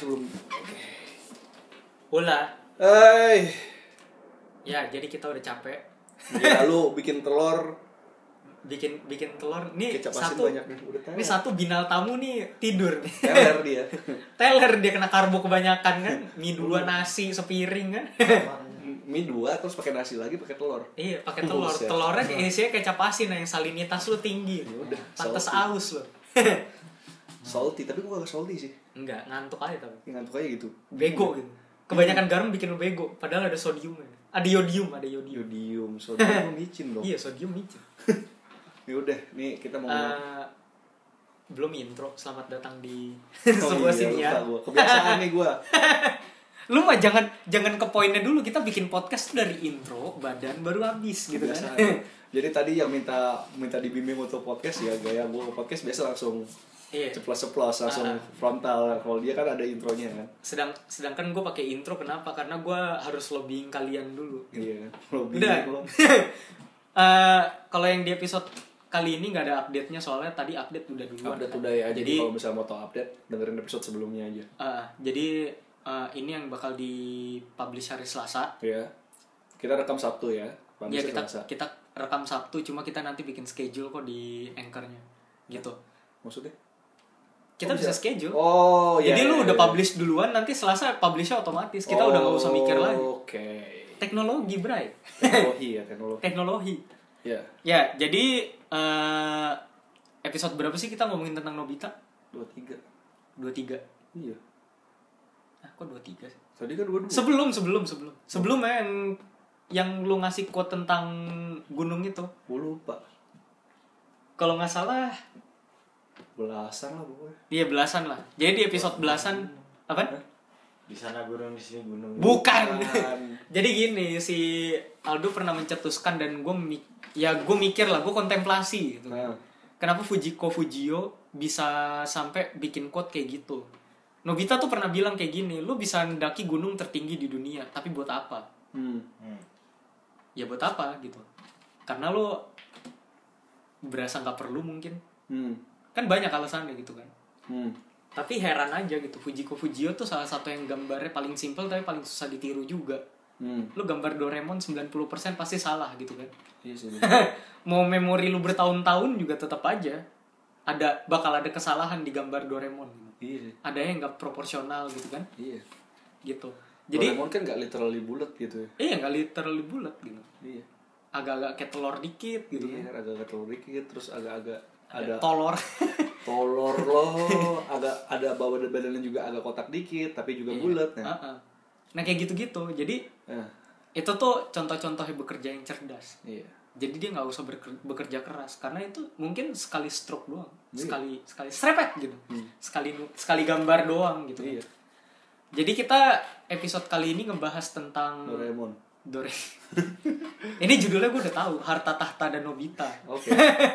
sebelum. Bola. Hai. Ya, jadi kita udah capek. Ya lu bikin telur. Bikin telur. Nih Kecap asin satu. banyak nih. Udah Ini satu binal tamu nih tidur nih. teler dia. Teler dia kena karbo kebanyakan kan. Mie 2 nasi sepiring kan. Mie 2 terus pakai nasi lagi pakai telur. Iya, pakai telur. Buset. Telurnya isinya kecap asin yang salinitas lu tinggi. Ya udah, Pantes salty. aus lu. Salty, tapi gua gak salty sih. Enggak, ngantuk aja tapi. Ngantuk aja gitu. Bego gitu. Kebanyakan garam bikin lu bego, padahal ada sodiumnya. Ada yodium. Yodium, sodium micin dong. Iya, sodium micin. Ya udah, nih kita mau Belum intro, selamat datang di Oh sebuah iya, siniar. lupa gua. Kebiasaan nih gua. Lu mah jangan ke poinnya dulu, kita bikin podcast tuh dari intro, badan baru habis gitu Kebiasaan. kan. Jadi tadi yang minta dibimbing untuk podcast ya gaya gua podcast biasa langsung Iya. ceplos langsung frontal. Kalau dia kan ada intronya kan. Sedangkan gue pakai intro kenapa? Karena gue harus lobbying kalian dulu. Iya. Udah. Kalau yang di episode kali ini nggak ada update-nya soalnya tadi update udah duluan. Update kan? udah ya. Jadi kalau misalnya mau tahu update dengerin episode sebelumnya aja. Jadi ini yang bakal di-publish hari Selasa. Ya. Kita rekam Sabtu ya. Ya kita rekam Sabtu, cuma kita nanti bikin schedule kok di Anchor-nya. Gitu. Maksudnya? Kita bisa schedule. Oh, iya. Jadi lu udah publish duluan, nanti Selasa publish-nya otomatis. Kita udah nggak usah mikir lagi. Oke. Teknologi, bray. Teknologi. Ya. Ya, jadi episode berapa sih kita ngomongin tentang Nobita? 23. 23. Iya. Kok 23 sih? Tadi kan 22. Sebelum yang lu ngasih quote tentang gunung itu. Gue lupa. Kalau nggak salah Belasan lah pokoknya. iya belasan lah. Jadi di episode belasan apa? Di sana gunung, di sini gunung. Bukan. Jadi gini, si Aldo pernah mencetuskan dan gue mikir lah, gue kontemplasi gitu. Nah. Kenapa Fujio bisa sampai bikin quote kayak gitu? Nobita tuh pernah bilang kayak gini, lu bisa mendaki gunung tertinggi di dunia, tapi buat apa? Ya buat apa gitu? Karena lu berasa nggak perlu mungkin. Kan banyak alasannya gitu kan. Tapi heran aja gitu, Fujio tuh salah satu yang gambarnya paling simple tapi paling susah ditiru juga. Lu gambar Doraemon 90% pasti salah gitu kan. Iya sih. Mau memori lu bertahun-tahun juga tetap aja bakal ada kesalahan di gambar Doraemon gitu. Iya sih. Ada yang nggak proporsional gitu kan. Iya. Gitu. Jadi Doraemon kan nggak literally bulat gitu ya. iya nggak literally bulat gitu. Iya. Agak-agak kayak telur dikit gitu Iya, kan. agak-agak telur dikit terus agak-agak ada Tolor. tolor loh, ada bawah badannya juga agak kotak dikit tapi juga bulat ya. Nah kayak gitu-gitu. Jadi itu tuh contoh-contohnya bekerja yang cerdas. Iya. Jadi dia nggak usah bekerja keras karena itu mungkin sekali stroke doang, Iya. sekali strepet gitu, sekali gambar doang gitu. Iya. Jadi kita episode kali ini ngebahas tentang Doraemon. Ini judulnya gue udah tahu, Harta Tahta dan Nobita. Oke.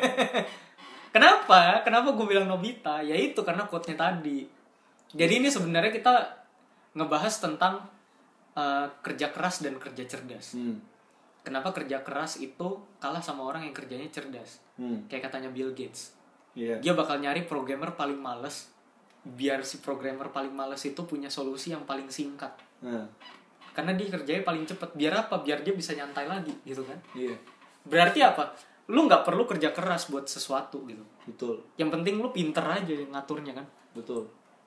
Kenapa gue bilang Nobita? Ya itu karena quote-nya tadi. Jadi ini sebenarnya kita ngebahas tentang kerja keras dan kerja cerdas. Kenapa kerja keras itu kalah sama orang yang kerjanya cerdas? Kayak katanya Bill Gates. Iya. Dia bakal nyari programmer paling males, biar si programmer paling males itu punya solusi yang paling singkat. Karena dia kerjanya paling cepet. Biar apa? Biar dia bisa nyantai lagi gitu kan. Iya. Berarti apa? Lu nggak perlu kerja keras buat sesuatu gitu. Betul. Yang penting lu pinter aja ngaturnya kan. Betul.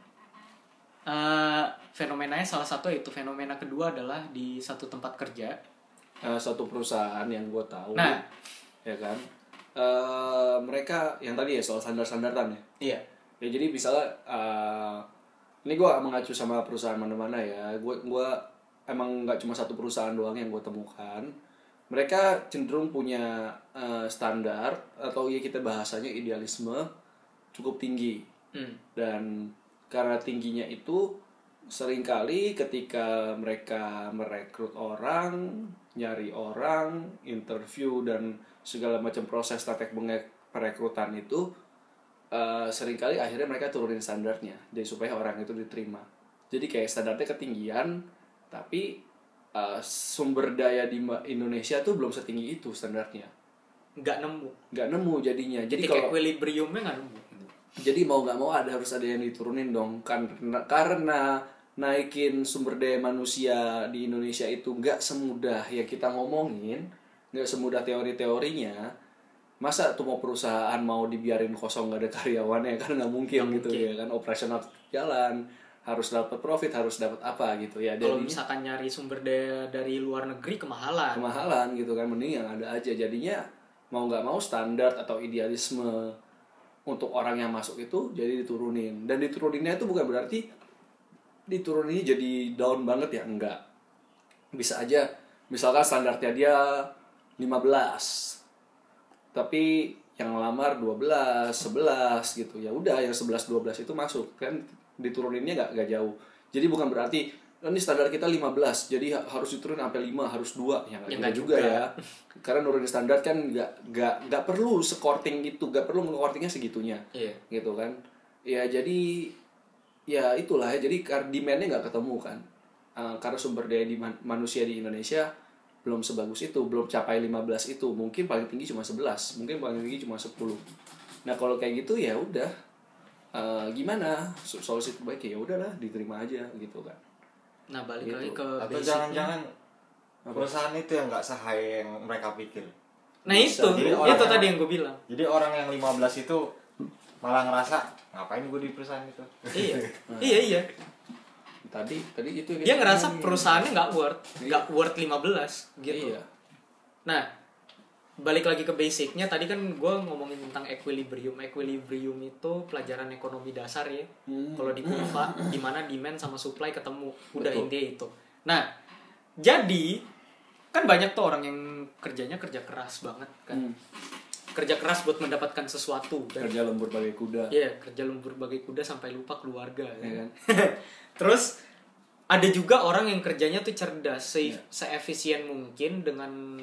Fenomenanya salah satu itu. Fenomena kedua adalah di satu tempat kerja. Suatu perusahaan yang gue tahu. Nah. Ya kan. Mereka yang tadi ya soal standar-standaran ya. Iya. Ya jadi misalnya ini gue mengacu sama perusahaan mana-mana ya. Gue emang nggak cuma satu perusahaan doang yang gue temukan. Mereka cenderung punya standar atau ya kita bahasanya idealisme cukup tinggi. Dan karena tingginya itu seringkali ketika mereka merekrut orang, nyari orang, interview dan segala macam proses strategi perekrutan itu seringkali akhirnya mereka turunin standarnya jadi supaya orang itu diterima. Jadi kayak standarnya ketinggian tapi sumber daya di Indonesia tuh belum setinggi itu standarnya. Nggak nemu jadinya. Jadi kayak equilibriumnya nggak nemu. Jadi mau nggak mau harus ada yang diturunin dong karena naikin sumber daya manusia di Indonesia itu nggak semudah ya kita ngomongin, nggak semudah teori-teorinya. Masa tuh mau perusahaan mau dibiarin kosong nggak ada karyawannya, kan nggak mungkin gitu ya kan, operasional jalan, harus dapat profit, harus dapat apa gitu ya. Kalau misalkan nyari sumber daya dari luar negeri kemahalan gitu kan, mending yang ada aja. Jadinya mau nggak mau standar atau idealisme untuk orang yang masuk itu jadi diturunin. Dan dituruninnya itu bukan berarti dituruninnya jadi down banget ya, enggak. Bisa aja misalkan standarnya dia 15, tapi yang ngelamar 12, 11 gitu. Ya udah yang 11 12 itu masuk kan, dituruninnya nggak jauh. Jadi bukan berarti ini standar kita 15, jadi harus diturunin sampai 5, harus 2. Ya enggak juga ya. Karena nurunin standar kan nggak perlu sekorting itu, nggak perlu ngekortingnya segitunya. Iya. Gitu kan. Ya jadi ya itulah ya, jadi demand-nya nggak ketemu kan. Karena sumber daya di manusia di Indonesia belum sebagus itu, belum capai 15 itu. Mungkin paling tinggi cuma 11, mungkin paling tinggi cuma 10. Nah kalau kayak gitu ya udah, gimana solusi terbaik, ya udahlah diterima aja gitu kan. Nah balik gitu. lagi ke atau jangan-jangan perusahaan itu yang nggak sehaya yang mereka pikir. Nah itu tadi yang gue bilang. Jadi orang yang 15 itu malah ngerasa ngapain gue di perusahaan itu. Iya. Tadi itu dia ngerasa perusahaannya nggak worth 15 gitu. Iya. Nah balik lagi ke basicnya, tadi kan gue ngomongin tentang equilibrium itu pelajaran ekonomi dasar ya. Kalau di kurva di mana demand sama supply ketemu, udah intinya itu. Nah jadi kan banyak tuh orang yang kerjanya kerja keras banget kan. Kerja keras buat mendapatkan sesuatu kan? Kerja lembur bagai kuda. Iya, kerja lembur bagai kuda sampai lupa keluarga kan? Terus ada juga orang yang kerjanya tuh cerdas, seefisien mungkin dengan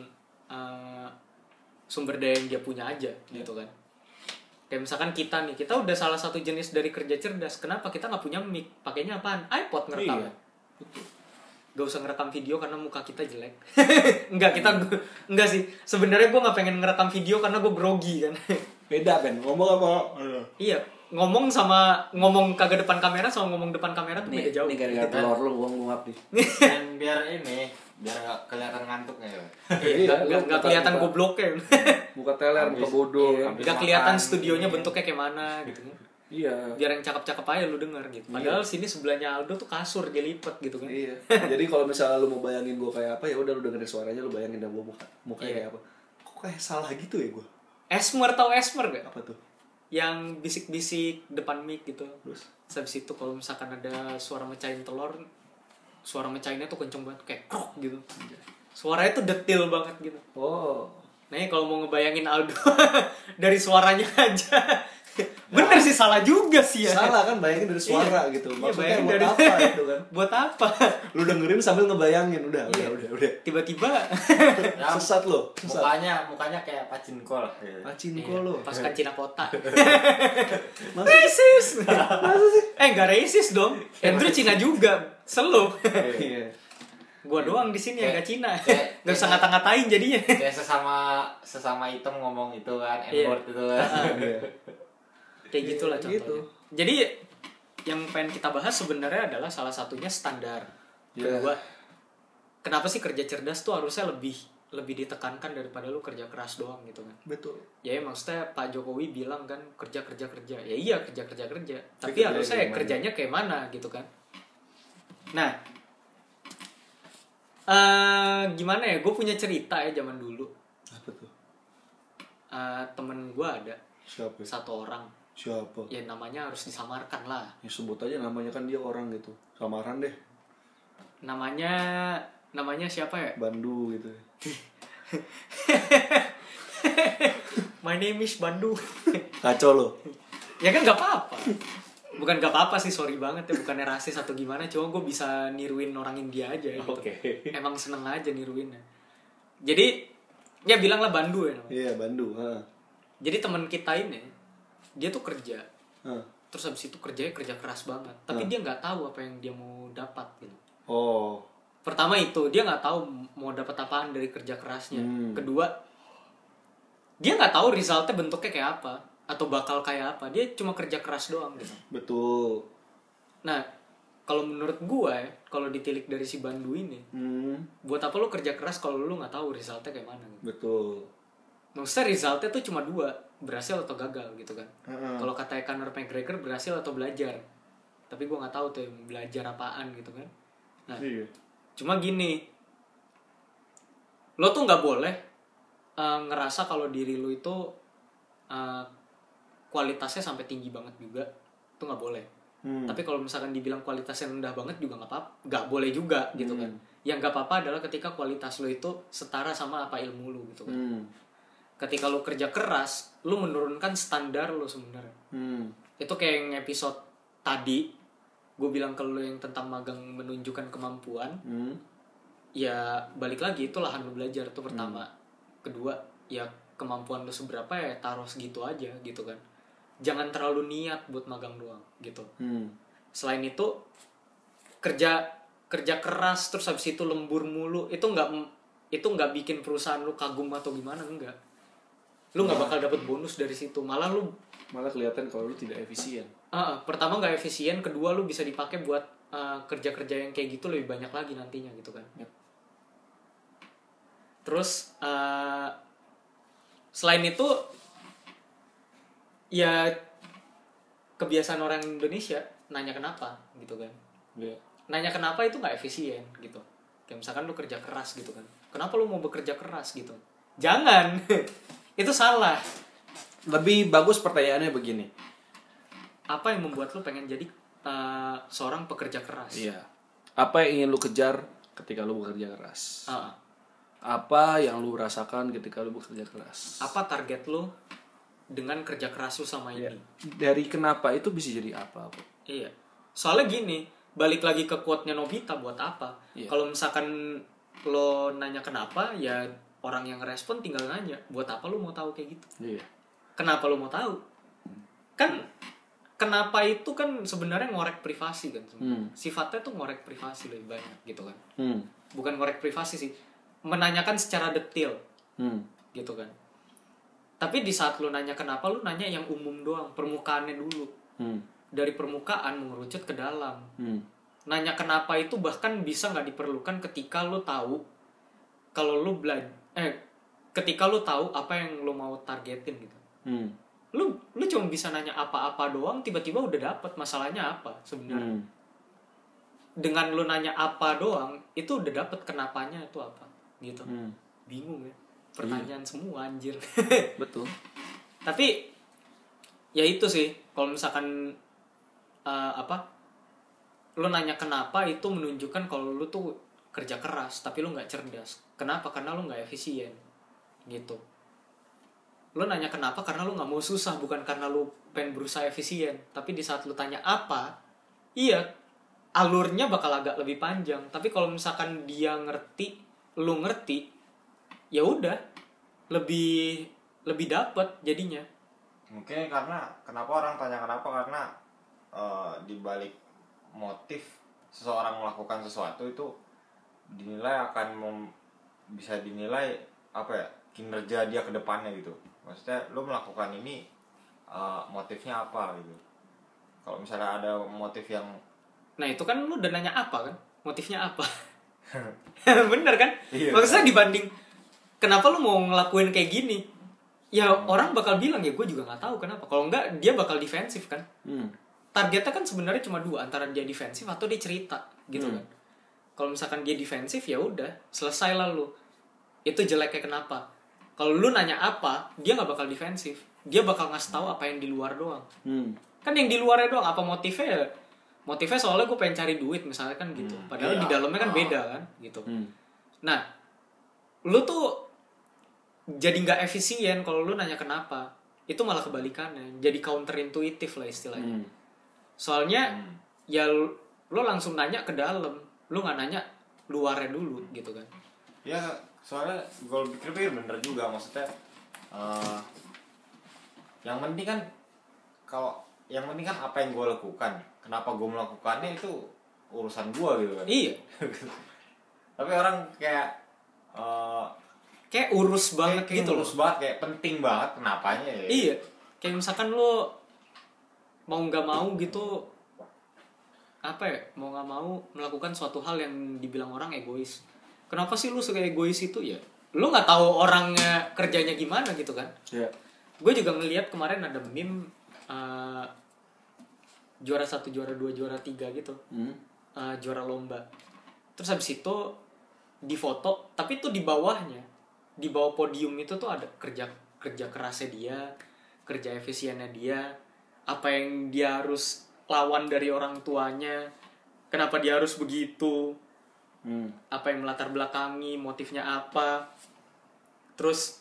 sumber daya yang dia punya aja gitu kan. Kayak misalkan kita udah salah satu jenis dari kerja cerdas. Kenapa kita nggak punya mic? Pakainya apaan? iPod ngerekam. Iya. Gak usah ngerekam video karena muka kita jelek. Enggak sih. Sebenarnya gue nggak pengen ngerekam video karena gue grogi kan. Beda kan, ngomong apa? Iya, ngomong kagak depan kamera sama ngomong depan kamera tuh beda jauh. Ini gara-gara telur lu gua nguap nih. Dan biar nggak kelihatan ngantuknya ya. Nggak kelihatan gobloknya. Muka teler, muka bodoh. Nggak kelihatan studionya bentuknya kayak mana gitu kan. Iya. Biar yang cakep-cakep aja lu denger gitu. Padahal sini sebelahnya Aldo tuh kasur dia lipat gitu kan. Iya. Jadi kalau misalnya lu mau bayangin gua kayak apa, ya udah lu dengerin suaranya, lu bayangin dah gua mukanya kayak apa. Kok kayak salah gitu ya gua? Esmer gak? Apa tuh? Yang bisik-bisik depan mic gitu. Terus habis itu kalau misalkan ada suara mecahin telur, suara mecahinnya tuh kenceng banget kayak krok gitu. Suaranya tuh detail banget gitu. oh. Nah, kalau mau ngebayangin Aldo dari suaranya aja. Bener sih, salah juga sih ya. Salah kan, bayangin dari suara gitu. Maksudnya buat dari apa itu kan? Buat apa? Lu dengerin sambil ngebayangin, udah. Tiba-tiba sesat lo. Mukanya kayak pacinko lah. Pacinko lo. pasukan Cina kota. Racist. Masa sih? Enggak racist dong. Andrew Cina juga. Selo. Iya. Gua doang di sini yang enggak Cina. Enggak usah ngata-ngatain jadinya. Kayak sesama hitam ngomong itu kan, N-word itu kan. Kayak gitulah contohnya. Gitu. Jadi yang pengen kita bahas sebenarnya adalah salah satunya standar. Kedua, kenapa sih kerja cerdas tuh harusnya lebih ditekankan daripada lu kerja keras doang gitu kan. Betul. Ya maksudnya Pak Jokowi bilang kan kerja. Ya iya kerja. Tapi harusnya kerjanya kayak mana gitu kan. Nah, gimana ya? Gue punya cerita ya zaman dulu. Apa tuh? Temen gue ada. Siapa? Satu orang. Siapa? Ya namanya harus disamarkan lah. Ya sebut aja namanya, kan dia orang gitu. Samaran deh. Namanya siapa ya? Bandu gitu. My name is Bandu. Kacau lo. Ya kan nggak apa-apa. Bukan nggak apa-apa sih, sorry banget ya, bukannya rasis atau gimana. Cuma gue bisa niruin orang India aja gitu. Emang seneng aja niruinnya. Jadi ya bilanglah Bandu ya namanya. Iya, Bandu. Jadi teman kita ini dia tuh kerja. Terus habis itu kerjanya kerja keras banget. Tapi dia nggak tahu apa yang dia mau dapat gitu. Oh. Pertama itu dia nggak tahu mau dapat apaan dari kerja kerasnya. Kedua, dia nggak tahu resultnya bentuknya kayak apa atau bakal kayak apa. Dia cuma kerja keras doang gitu. Betul. Nah, kalau menurut gua ya, kalau ditilik dari si Bandu ini, buat apa lu kerja keras kalau lu nggak tahu resultnya kayak mana? Betul. Maksudnya resultnya tuh cuma 2, berhasil atau gagal gitu kan. Kalau kata Conor McGregor berhasil atau belajar, tapi gua nggak tahu tuh belajar apaan gitu kan. Nah, cuma gini, lo tuh nggak boleh ngerasa kalau diri lo itu kualitasnya sampai tinggi banget juga, itu nggak boleh. Tapi kalau misalkan dibilang kualitasnya rendah banget juga nggak apa-apa, nggak boleh juga gitu kan. Yang nggak apa-apa adalah ketika kualitas lo itu setara sama apa ilmu lo gitu kan. Ketika lo kerja keras, lo menurunkan standar lo sebenarnya. Itu kayak yang episode tadi, gue bilang ke lo yang tentang magang menunjukkan kemampuan. Ya balik lagi, itu lahan lo belajar tuh pertama. Kedua, ya kemampuan lo seberapa ya taruh segitu aja gitu kan. Jangan terlalu niat buat magang doang gitu. Selain itu kerja keras terus habis itu lembur mulu, itu nggak bikin perusahaan lu kagum atau gimana, enggak. Lu nggak bakal dapet bonus dari situ, malah kelihatan kalau lu tidak efisien. Pertama nggak efisien, kedua lu bisa dipakai buat kerja-kerja yang kayak gitu lebih banyak lagi nantinya gitu kan. Terus selain itu ya kebiasaan orang Indonesia nanya kenapa gitu kan. Nanya kenapa itu nggak efisien gitu. Kayak misalkan lu kerja keras gitu kan, kenapa lu mau bekerja keras gitu, jangan. Itu salah. Lebih bagus pertanyaannya begini, apa yang membuat lu pengen jadi seorang pekerja keras? Iya. Apa yang ingin lu kejar ketika lu bekerja keras? Apa yang lu rasakan ketika lu bekerja keras? Apa target lu dengan kerja keras lu sama ini? Dari kenapa itu bisa jadi apa? Iya. Soalnya gini, balik lagi ke quote-nya Nobita, buat apa? Kalau misalkan lo nanya kenapa, ya orang yang respon tinggal nanya, buat apa lu mau tahu kayak gitu? Kenapa lu mau tahu? Kan kenapa itu kan sebenarnya ngorek privasi kan. Sifatnya tuh ngorek privasi lebih banyak gitu kan. Bukan ngorek privasi sih, menanyakan secara detail gitu kan. Tapi di saat lu nanya kenapa, lu nanya yang umum doang, permukaannya dulu. Dari permukaan mengerucut ke dalam. Nanya kenapa itu bahkan bisa nggak diperlukan ketika lu tahu kalau lu ketika lu tahu apa yang lu mau targetin gitu. Lu cuma bisa nanya apa-apa doang, tiba-tiba udah dapet masalahnya apa sebenarnya. Dengan lu nanya apa doang, itu udah dapet kenapanya itu apa gitu. Bingung ya, pertanyaan semua anjir. Betul. Tapi ya itu sih, kalau misalkan lu nanya kenapa itu menunjukkan kalau lu tuh kerja keras tapi lu nggak cerdas. Kenapa? Karena lu nggak efisien gitu. Lu nanya kenapa karena lu nggak mau susah, bukan karena lu pengen berusaha efisien. Tapi di saat lu tanya apa, iya alurnya bakal agak lebih panjang. Tapi kalau misalkan dia ngerti, lu ngerti, ya udah lebih dapet jadinya. Mungkin karena kenapa orang tanya kenapa, karena di balik motif seseorang melakukan sesuatu itu dinilai bisa dinilai apa ya, kinerja dia ke depannya gitu. Maksudnya lu melakukan ini motifnya apa gitu. Kalau misalnya ada motif yang, nah itu kan lu udah nanya apa kan, motifnya apa. Bener kan? Iya, maksudnya dibanding kenapa lu mau ngelakuin kayak gini, ya orang bakal bilang ya gue juga nggak tahu kenapa. Kalau enggak dia bakal defensif kan. Targetnya kan sebenarnya cuma 2, antara dia defensif atau dia cerita gitu kan. Kalau misalkan dia defensif ya udah selesai lah lu. Itu jeleknya kenapa? Kalau lu nanya apa, dia nggak bakal defensif, dia bakal ngasih tahu apa yang di luar doang. Kan yang di luarnya doang, apa motifnya ya? Motifnya soalnya gue pengen cari duit misalnya kan gitu. Padahal di dalamnya kan beda kan gitu. Nah, lu tuh jadi nggak efisien kalau lu nanya kenapa. Itu malah kebalikannya, jadi counterintuitif lah istilahnya. Soalnya ya lu langsung nanya ke dalam, lu nggak nanya luarnya dulu gitu kan. Ya soalnya gue pikir bener juga, maksudnya yang penting kan apa yang gue lakukan, kenapa gue melakukannya itu urusan gue gitu kan. Iya. Tapi orang kayak urus banget kayak gitu urus banget, kayak penting banget kenapanya ya. Iya, kayak misalkan lo mau nggak mau gitu, apa ya, mau nggak mau melakukan suatu hal yang dibilang orang egois. Kenapa sih lu suka egois itu ya? Lu nggak tahu orangnya kerjanya gimana gitu kan? Yeah. Gue juga ngeliat kemarin ada meme juara 1, juara 2, juara 3 gitu, juara lomba. Terus habis itu difoto, tapi tuh di bawahnya, di bawah podium itu tuh ada kerja kerasnya dia, kerja efisiennya dia, apa yang dia harus lawan dari orang tuanya, kenapa dia harus begitu, apa yang melatar belakangi, motifnya apa, terus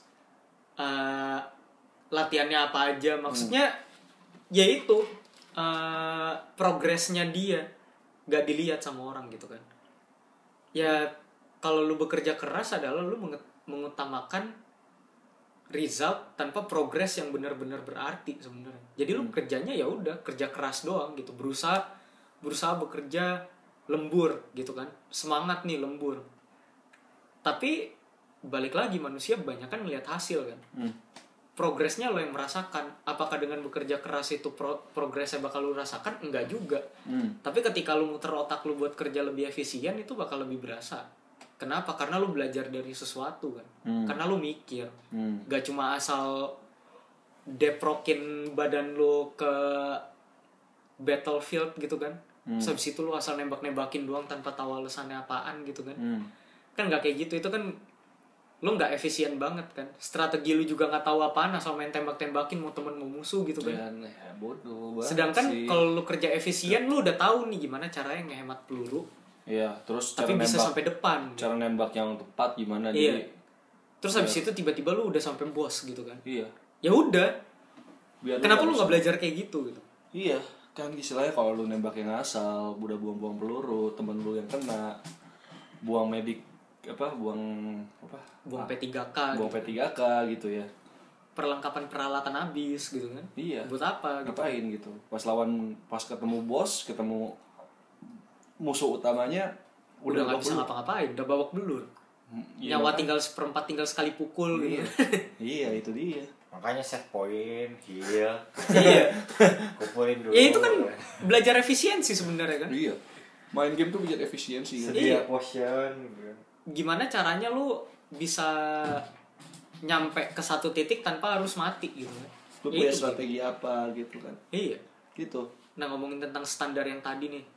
latihannya apa aja, maksudnya ya itu progresnya dia gak dilihat sama orang gitu kan. Ya kalau lu bekerja keras adalah lu mengutamakan result tanpa progres yang benar-benar berarti sebenarnya. Jadi lu kerjanya ya udah kerja keras doang gitu, berusaha bekerja lembur gitu kan, semangat nih lembur. Tapi balik lagi manusia banyak kan ngelihat hasil kan. Progresnya lo yang merasakan. Apakah dengan bekerja keras itu progresnya bakal lo rasakan? Enggak juga. Tapi ketika lo muter otak lo buat kerja lebih efisien, itu bakal lebih berasa. Kenapa? Karena lo belajar dari sesuatu kan. Karena lo mikir. Gak cuma asal deprokin badan lo ke battlefield gitu kan. Habis itu lo asal nembak-nembakin doang tanpa tahu alasannya apaan gitu kan. Kan gak kayak gitu. Itu kan lo nggak efisien banget kan, strategi lo juga nggak tahu apaan, asal main tembak-tembakin mau temen mau musuh gitu kan. Ya, bodoh banget. Sedangkan kalau lo kerja efisien lo udah tahu nih gimana caranya ngehemat peluru. Iya, terus tapi cara bisa nembak, sampai depan. Cara nembak yang tepat gimana. Iya. Jadi, terus habis itu tiba-tiba lo udah sampai bos gitu kan. Iya. Ya udah. Kenapa lo nggak belajar kayak gitu gitu? Iya, kan istilahnya kalau lo nembak yang asal, udah buang-buang peluru, temen lo yang kena, buang P3K gitu. P3K gitu ya, perlengkapan peralatan habis gitu kan. Iya, buat apa gitu. Ngapain gitu, pas ketemu bos, ketemu musuh utamanya udah nggak bisa ngapa-ngapain, udah babak belur. Nyawa tinggal seperempat, tinggal sekali pukul iya. Gitu. Iya, itu dia, makanya save point, heal. Iya. Kumpulin dulu. Ya itu kan belajar efisiensi sebenarnya kan. Iya, main game tuh belajar efisiensi kan? Sedia potion gitu. Gimana caranya lu bisa nyampe ke satu titik tanpa harus mati gitu kan. Lu punya strategi apa gitu kan. Iya gitu. Nah ngomongin tentang standar yang tadi nih,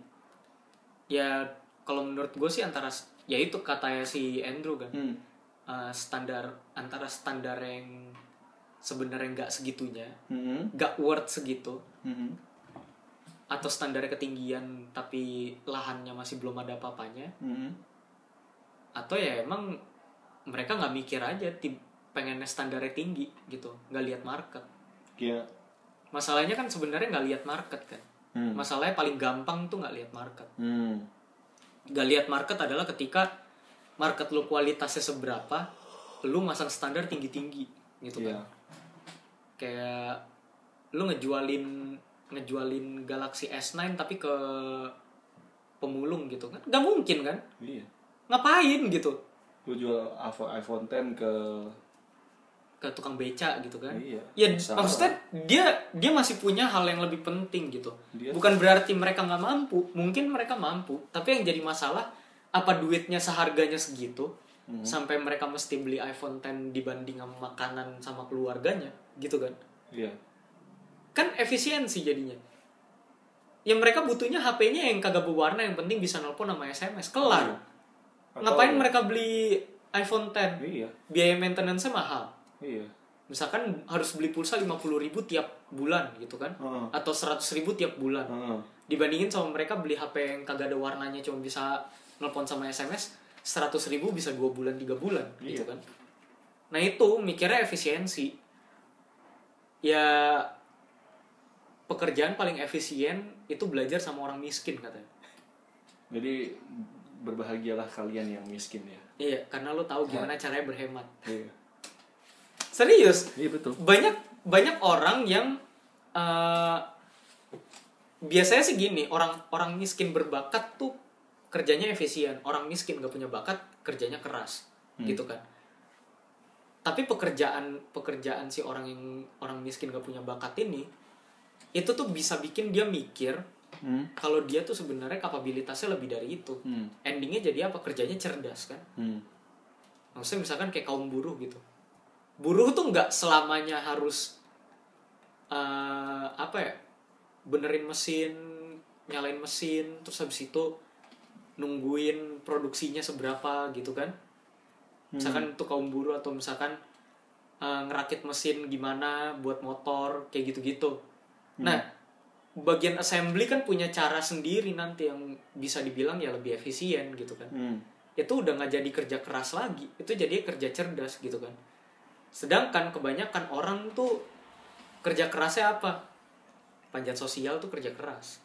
ya kalau menurut gue sih antara, ya itu katanya si Andrew kan, standar antara standar yang sebenarnya nggak segitunya, nggak worth segitu, atau standar ketinggian tapi lahannya masih belum ada apa-apanya, atau ya emang mereka nggak mikir aja pengennya standarnya tinggi gitu, nggak lihat market. Iya. Masalahnya kan sebenarnya nggak lihat market kan. Masalahnya paling gampang tuh nggak lihat market. Nggak lihat market adalah ketika market lu kualitasnya seberapa, lu masang standar tinggi-tinggi gitu kan. Kayak lu ngejualin Galaxy S9 tapi ke pemulung gitu kan, nggak mungkin kan. Iya. Ngapain gitu? Lu jual iPhone X ke tukang beca gitu kan. Iya. Ya maksudnya dia masih punya hal yang lebih penting gitu. Bukan berarti mereka nggak mampu, mungkin mereka mampu, tapi yang jadi masalah apa duitnya seharganya segitu sampai mereka mesti beli iPhone X dibanding sama makanan sama keluarganya gitu kan. Iya. Kan efisiensi jadinya. Ya mereka butuhnya HP-nya yang kagak berwarna, yang penting bisa nelpon sama SMS, kelar. Ngapain mereka beli iPhone X? Iya. Biaya maintenance-nya mahal. Iya. Misalkan harus beli pulsa 50.000 tiap bulan gitu kan, atau 100.000 tiap bulan. Dibandingin sama mereka beli HP yang kagak ada warnanya, cuma bisa nelpon sama SMS, 100.000 bisa 2 bulan 3 bulan gitu kan. Nah itu mikirnya efisiensi. Ya pekerjaan paling efisien itu belajar sama orang miskin katanya. Jadi berbahagialah kalian yang miskin ya. Iya, karena lo tahu gimana caranya berhemat. Iya. Serius? Iya betul. Banyak orang yang biasanya sih gini, orang miskin berbakat tuh kerjanya efisien, orang miskin gak punya bakat kerjanya keras, gitu kan. Tapi pekerjaan si orang miskin gak punya bakat ini, itu tuh bisa bikin dia mikir kalau dia tuh sebenarnya kapabilitasnya lebih dari itu. Endingnya jadi apa? Kerjanya cerdas kan. Maksudnya misalkan kayak kaum buruh gitu. Buruh tuh nggak selamanya harus benerin mesin, nyalain mesin, terus habis itu nungguin produksinya seberapa gitu kan. Misalkan itu kaum buruh, atau misalkan ngerakit mesin gimana buat motor kayak gitu-gitu. Nah, bagian assembly kan punya cara sendiri nanti yang bisa dibilang ya lebih efisien gitu kan. Itu udah nggak jadi kerja keras lagi, itu jadi kerja cerdas gitu kan. Sedangkan kebanyakan orang tuh kerja kerasnya apa? Panjat sosial tuh kerja keras.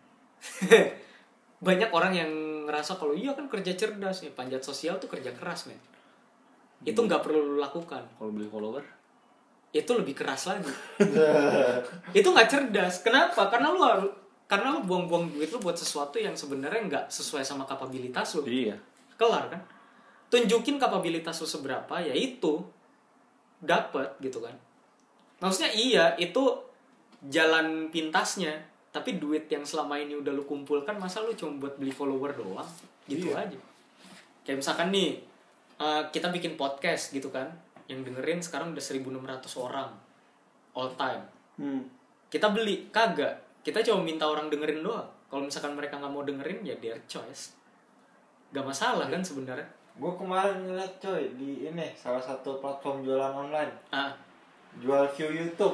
Banyak orang yang ngerasa kalau iya kan kerja cerdas ya, panjat sosial tuh kerja keras men. Itu nggak perlu lu lakukan. Kalau beli follower itu lebih keras lagi. Itu nggak cerdas. Kenapa? Karena lu buang-buang duit lu buat sesuatu yang sebenarnya nggak sesuai sama kapabilitas lu. Iya. Kelar kan? Tunjukin kapabilitas lu seberapa, ya itu dapat gitu kan. Maksudnya iya itu jalan pintasnya, tapi duit yang selama ini udah lu kumpulkan masa lu cuma buat beli follower doang gitu aja. Kayak misalkan nih kita bikin podcast gitu kan, yang dengerin sekarang udah 1.600 orang all time. Kita beli kagak, kita cuma minta orang dengerin doang. Kalau misalkan mereka nggak mau dengerin ya their choice, gak masalah kan sebenarnya. Gue kemarin ngeliat coy di ini salah satu platform jualan online, jual view YouTube.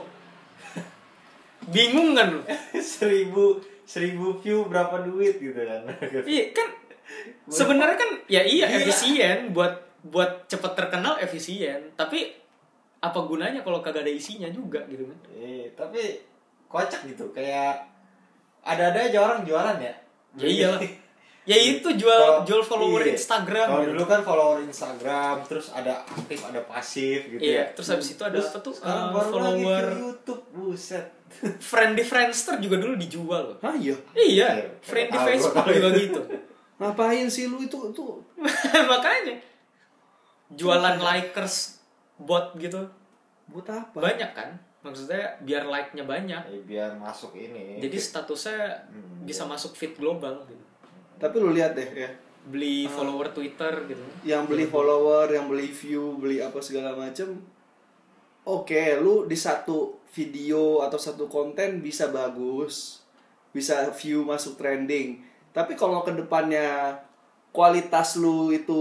Bingung kan lu? 1000 view berapa duit gitu kan. Iya kan, sebenarnya kan ya iya efisien, buat cepet terkenal efisien, tapi apa gunanya kalau kagak ada isinya juga gitu kan. Tapi kocak gitu, kayak ada aja orang jualan ya. Ya iyalah. Ya itu jual follower Instagram. Kalau gitu. dulu kan follower Instagram, terus ada aktif, ada pasif gitu ya. Terus habis itu ada apa tuh follower YouTube, buset. Friendly Friendster juga dulu dijual loh. Iya. Iya, Friendly Facebook juga gitu. Ngapain sih lu itu? Makanya jualan likers bot gitu. Buat apa? Banyak kan? Maksudnya biar like-nya banyak. Biar masuk ini. Jadi statusnya bisa masuk feed global gitu. Tapi lu lihat deh ya, beli follower Twitter gitu. Yang beli follower, yang beli view, beli apa segala macem. Oke, lu di satu video atau satu konten bisa bagus, bisa view masuk trending. Tapi kalau ke depannya kualitas lu itu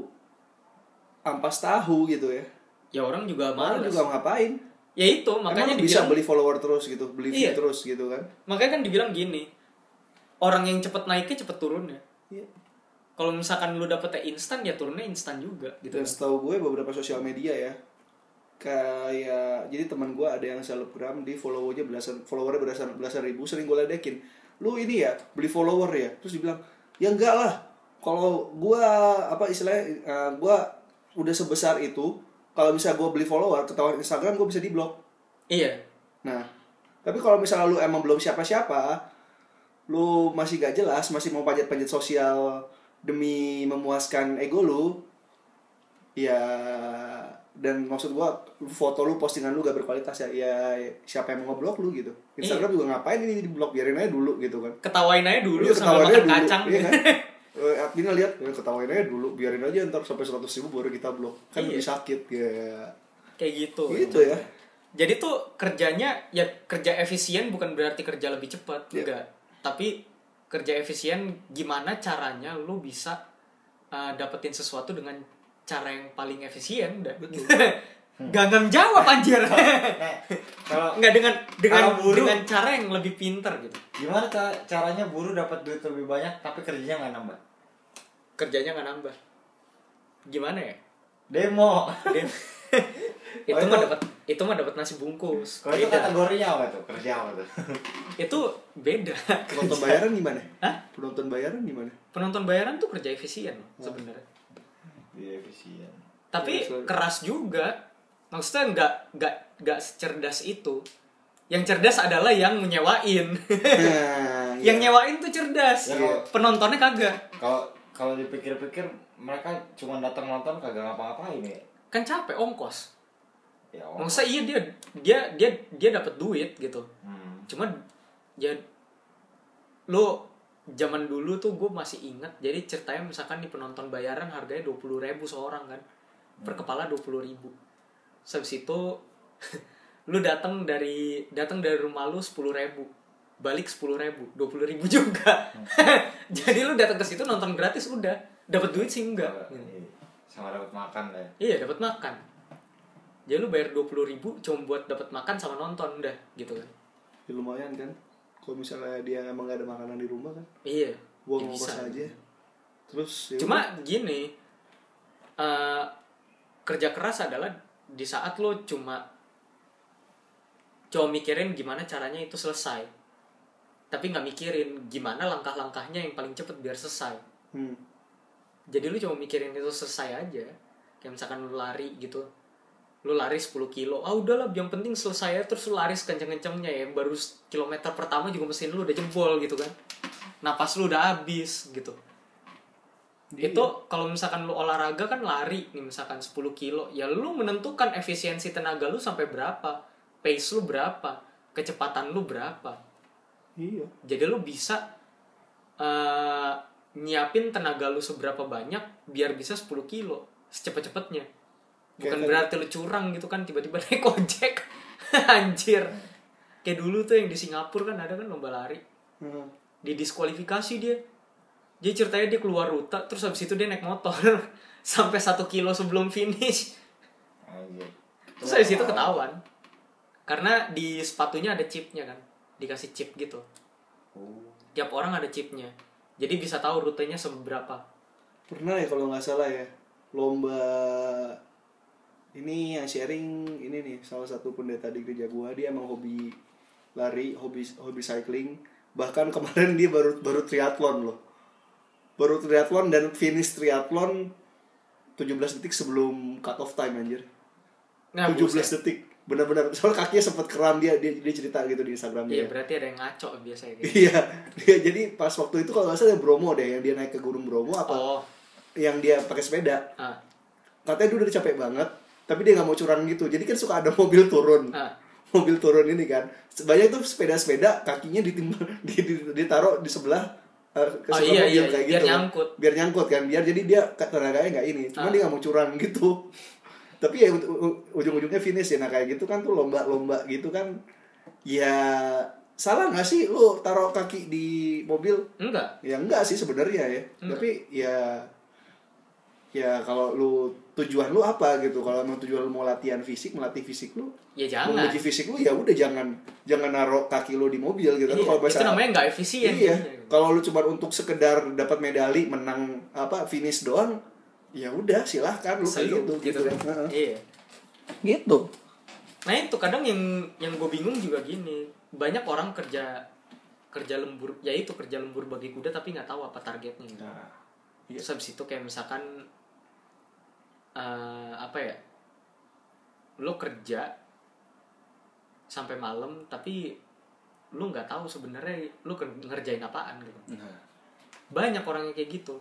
ampas tahu gitu ya, ya orang juga orang malas. juga ngapain? Ya itu makanya emang bisa beli follower terus gitu, beli view terus gitu kan. Makanya kan dibilang gini, orang yang cepet naiknya cepet turunnya. Iya. Kalau misalkan lu dapetnya instan ya turunnya instan juga gitu. Dan setahu gue beberapa sosial media ya, kayak jadi teman gue ada yang selebgram, di followernya belasan ribu, sering gue ledekin, lu ini ya beli follower ya, terus dibilang ya enggak lah, kalau gue gue udah sebesar itu, kalau bisa gue beli follower ketahuan Instagram gue bisa diblok. Iya. Nah tapi kalau misalnya lu emang belum siapa-siapa, lu masih gak jelas, masih mau panjat-panjat sosial demi memuaskan ego lu, ya, dan maksud gua foto lu, postingan lu gak berkualitas ya siapa yang mau ngeblok lu gitu. Instagram juga ngapain ini di blok, biarin aja dulu gitu kan. Ketawain aja dulu sama makan kacang. Iya kan? Adminnya lihat, ketawain aja dulu, biarin aja ntar sampai 100.000 baru kita blok. Kan lebih sakit ya. Kayak gitu. Gitu ya. Jadi tuh kerjanya ya kerja efisien bukan berarti kerja lebih cepat, enggak. Tapi kerja efisien gimana caranya lu bisa dapetin sesuatu dengan cara yang paling efisien udah. Betul. Gak jawab anjir. Kalau nggak dengan cara yang lebih pintar gitu. Gimana caranya buruh dapat duit lebih banyak tapi kerjanya nggak nambah? Kerjanya nggak nambah. Gimana ya? Demo. itu mah dapat nasi bungkus. Kalau itu kategorinya apa tuh? Kerja apa tuh? Itu beda. Penonton bayaran gimana? Hah? Penonton bayaran gimana? Penonton bayaran tuh kerja efisien sebenarnya. Iya efisien. Tapi keras juga. Maksudnya nggak secerdas itu. Yang cerdas adalah yang menyewain. Yang nyewain tuh cerdas. Ya, penontonnya kagak. Kalau dipikir-pikir mereka cuma datang nonton kagak ngapa-ngapain ya. Kan capek ongkos. Ya, maksudnya dia dapat duit gitu. Cuma ya lu zaman dulu tuh gue masih ingat, jadi ceritanya misalkan di penonton bayaran harganya 20.000 seorang kan, per kepala 20.000. Habis itu lu datang dari rumah lu 10.000, balik 10.000, 20.000 juga. Jadi lu datang ke situ nonton gratis udah, dapat duit sih enggak. Sama dapat makan deh. Iya, dapat makan. Jadi lu bayar 20.000 cuma buat dapat makan sama nonton udah gitu kan. Ya, lumayan kan. Kalau misalnya dia emang gak ada makanan di rumah kan. Iya. Buang ongkos aja. Terus ya cuma gini, kerja keras adalah di saat lo cuma mikirin gimana caranya itu selesai, tapi nggak mikirin gimana langkah-langkahnya yang paling cepet biar selesai. Jadi lu cuma mikirin itu selesai aja. Kayak misalkan lu lari gitu, lu lari 10 kilo, udahlah yang penting selesai ya, terus lu lari sekenceng-kencengnya ya, baru kilometer pertama juga mesin lu udah jebol gitu kan, napas lu udah habis gitu. Itu kalau misalkan lu olahraga kan lari nih misalkan 10 kilo, ya lu menentukan efisiensi tenaga lu sampai berapa, pace lu berapa, kecepatan lu berapa. Iya. Jadi lu bisa nyiapin tenaga lu seberapa banyak biar bisa 10 kilo secepat-cepatnya. Bukan berarti lu curang gitu kan, tiba-tiba naik ojek. Anjir. Kayak dulu tuh yang di Singapura kan ada kan lomba lari. Didiskualifikasi dia. Jadi ceritanya dia keluar rute, terus habis itu dia naik motor sampai 1 kilo sebelum finish. Terus habis itu ketahuan. Karena di sepatunya ada chipnya kan. Dikasih chip gitu. Tiap orang ada chipnya. Jadi bisa tahu rutenya seberapa. Pernah ya kalau nggak salah ya, lomba ini yang sharing ini nih, salah satu pendeta di gereja gua, dia emang hobi lari, hobi cycling. Bahkan kemarin dia baru triathlon loh. Baru triathlon dan finish triathlon 17 detik sebelum cut off time anjir. Nah, 17 detik. Benar-benar soal kakinya sempat kram, dia cerita gitu di Instagram dia. Iya, berarti ada yang ngaco biasanya gitu. Iya. Jadi pas waktu itu kalau nggak salah Bromo deh, yang dia naik ke Gunung Bromo apa? Yang dia pakai sepeda. Katanya dia udah capek banget, tapi dia nggak mau curang gitu. Jadi kan suka ada mobil turun. Mobil turun ini kan. Banyak tuh sepeda-sepeda kakinya ditaruh di sebelah ke sebelah mobil kayak gitu. Biar nyangkut kan. Biar jadi dia tenaganya nggak ini. Cuma dia nggak mau curang gitu. Tapi ya ujung-ujungnya finish ya. Nah kayak gitu kan tuh lomba-lomba gitu kan. Ya salah nggak sih lu taruh kaki di mobil? Enggak. Ya enggak sih sebenarnya ya. Tapi ya kalau lu tujuan lu apa gitu. Kalau emang tujuan lu mau melatih fisik lu, ya jangan. Menguji fisik lu ya udah jangan naruh kaki lu di mobil gitu. Iya, kalau itu namanya nggak efisien. Iya. Kalau lu cuma untuk sekedar dapat medali, menang finish doang, ya udah silahkan lu kayak gitu kan. Iya. Gitu. Nah itu kadang yang gue bingung juga gini, banyak orang kerja lembur, yaitu kerja lembur bagi kuda tapi nggak tahu apa targetnya gitu. Iya. Terus habis itu kayak misalkan lo kerja sampai malam tapi lo nggak tahu sebenarnya lo ngerjain apaan gitu. Banyak orang yang kayak gitu.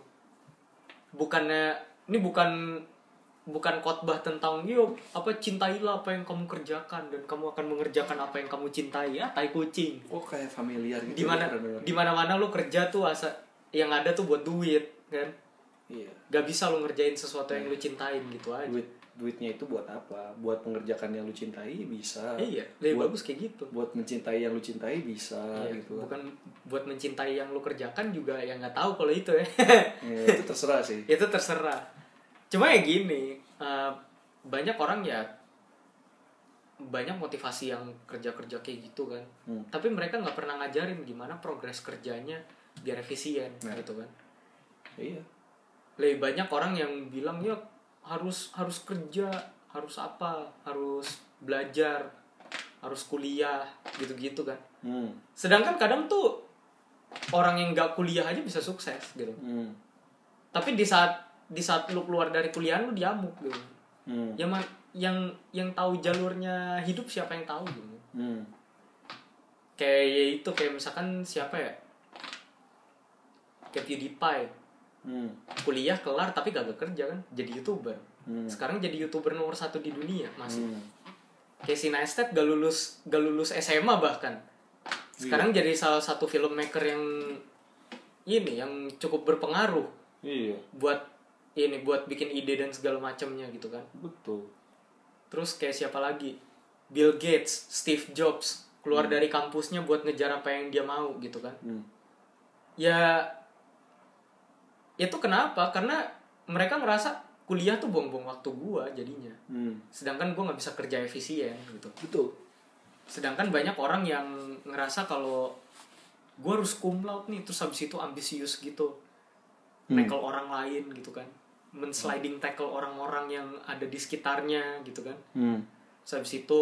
Ini bukan khotbah tentang cintailah apa yang kamu kerjakan dan kamu akan mengerjakan apa yang kamu cintai. Tai kucing. Kayak familiar gitu. Di mana-mana lu kerja tuh yang ada tuh buat duit kan. Iya. Gak bisa lu ngerjain sesuatu yang lu cintain gitu aja. Duitnya itu buat apa? Buat mengerjakan yang lu cintai bisa. Iya, lebih bagus kayak gitu. Buat mencintai yang lu cintai bisa gitu. Bukan buat mencintai yang lu kerjakan juga yang nggak tahu kalau itu ya. Itu terserah sih. Itu terserah. Cuma ya gini, banyak orang banyak motivasi yang kerja kayak gitu kan. Tapi mereka nggak pernah ngajarin gimana progres kerjanya biar efisien gitu kan. Iya. Lebih banyak orang yang bilang ya harus kerja, harus belajar, harus kuliah gitu-gitu kan. Sedangkan kadang tuh orang yang nggak kuliah aja bisa sukses gitu. Tapi di saat lu keluar dari kuliah lu diamuk gitu. Yang tahu jalurnya hidup siapa yang tahu gitu. Kayak misalkan siapa ya? Kayak PewDiePie. Kuliah kelar tapi gak kerja kan, jadi YouTuber. Sekarang jadi YouTuber nomor 1 di dunia masih. Casey Neistat gak lulus SMA bahkan. Sekarang jadi salah satu filmmaker yang cukup berpengaruh. Iya. Buat bikin ide dan segala macamnya gitu kan. Betul. Terus kayak siapa lagi? Bill Gates, Steve Jobs keluar dari kampusnya buat ngejar apa yang dia mau gitu kan. Ya itu kenapa? Karena mereka ngerasa kuliah tuh buang-buang waktu gua jadinya. Sedangkan gua nggak bisa kerja efisien gitu. Betul. Sedangkan banyak orang yang ngerasa kalau gua harus cum laude nih, terus habis itu ambisius gitu, tackle orang lain gitu kan, mensliding tackle orang-orang yang ada di sekitarnya gitu kan. Terus habis itu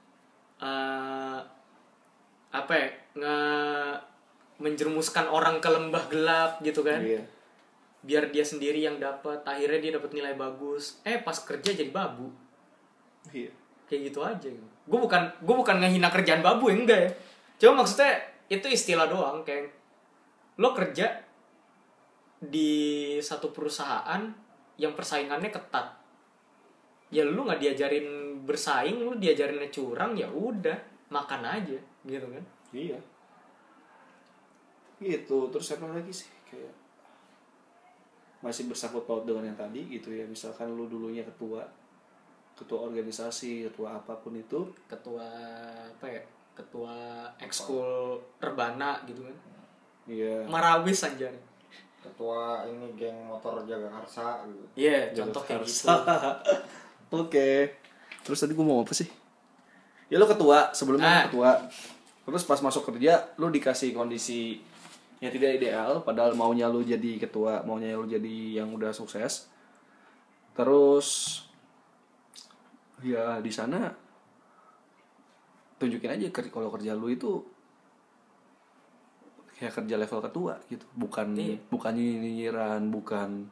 menjerumuskan orang ke lembah gelap gitu kan. Iya. Biar dia sendiri yang dapat, akhirnya dia dapat nilai bagus, pas kerja jadi babu. Iya. Kayak gitu aja. Gue bukan ngehina kerjaan babu ya, enggak ya. Cuma maksudnya itu istilah doang, kayak lo kerja di satu perusahaan yang persaingannya ketat. Ya lu nggak diajarin bersaing, lu diajarinnya curang, ya udah makan aja gitu kan. Iya. Gitu. Terus apa lagi sih kayak masih bersangkut paut dengan yang tadi gitu ya, misalkan lu dulunya ketua organisasi, ketua apapun itu, ketua ekskul Rebana gitu kan. Iya. Marawis anjir. Ketua ini geng motor Jagakarsa gitu. Iya, contoh kayak gitu. Oke. Terus tadi gue mau apa sih? Ya lu ketua, sebelumnya ketua. Terus pas masuk kerja lu dikasih kondisi yang tidak ideal, padahal maunya lu jadi ketua, maunya lu jadi yang udah sukses. Terus ya di sana tunjukin aja kalau kerja lu itu kayak kerja level ketua gitu, bukan nyinyiran, bukan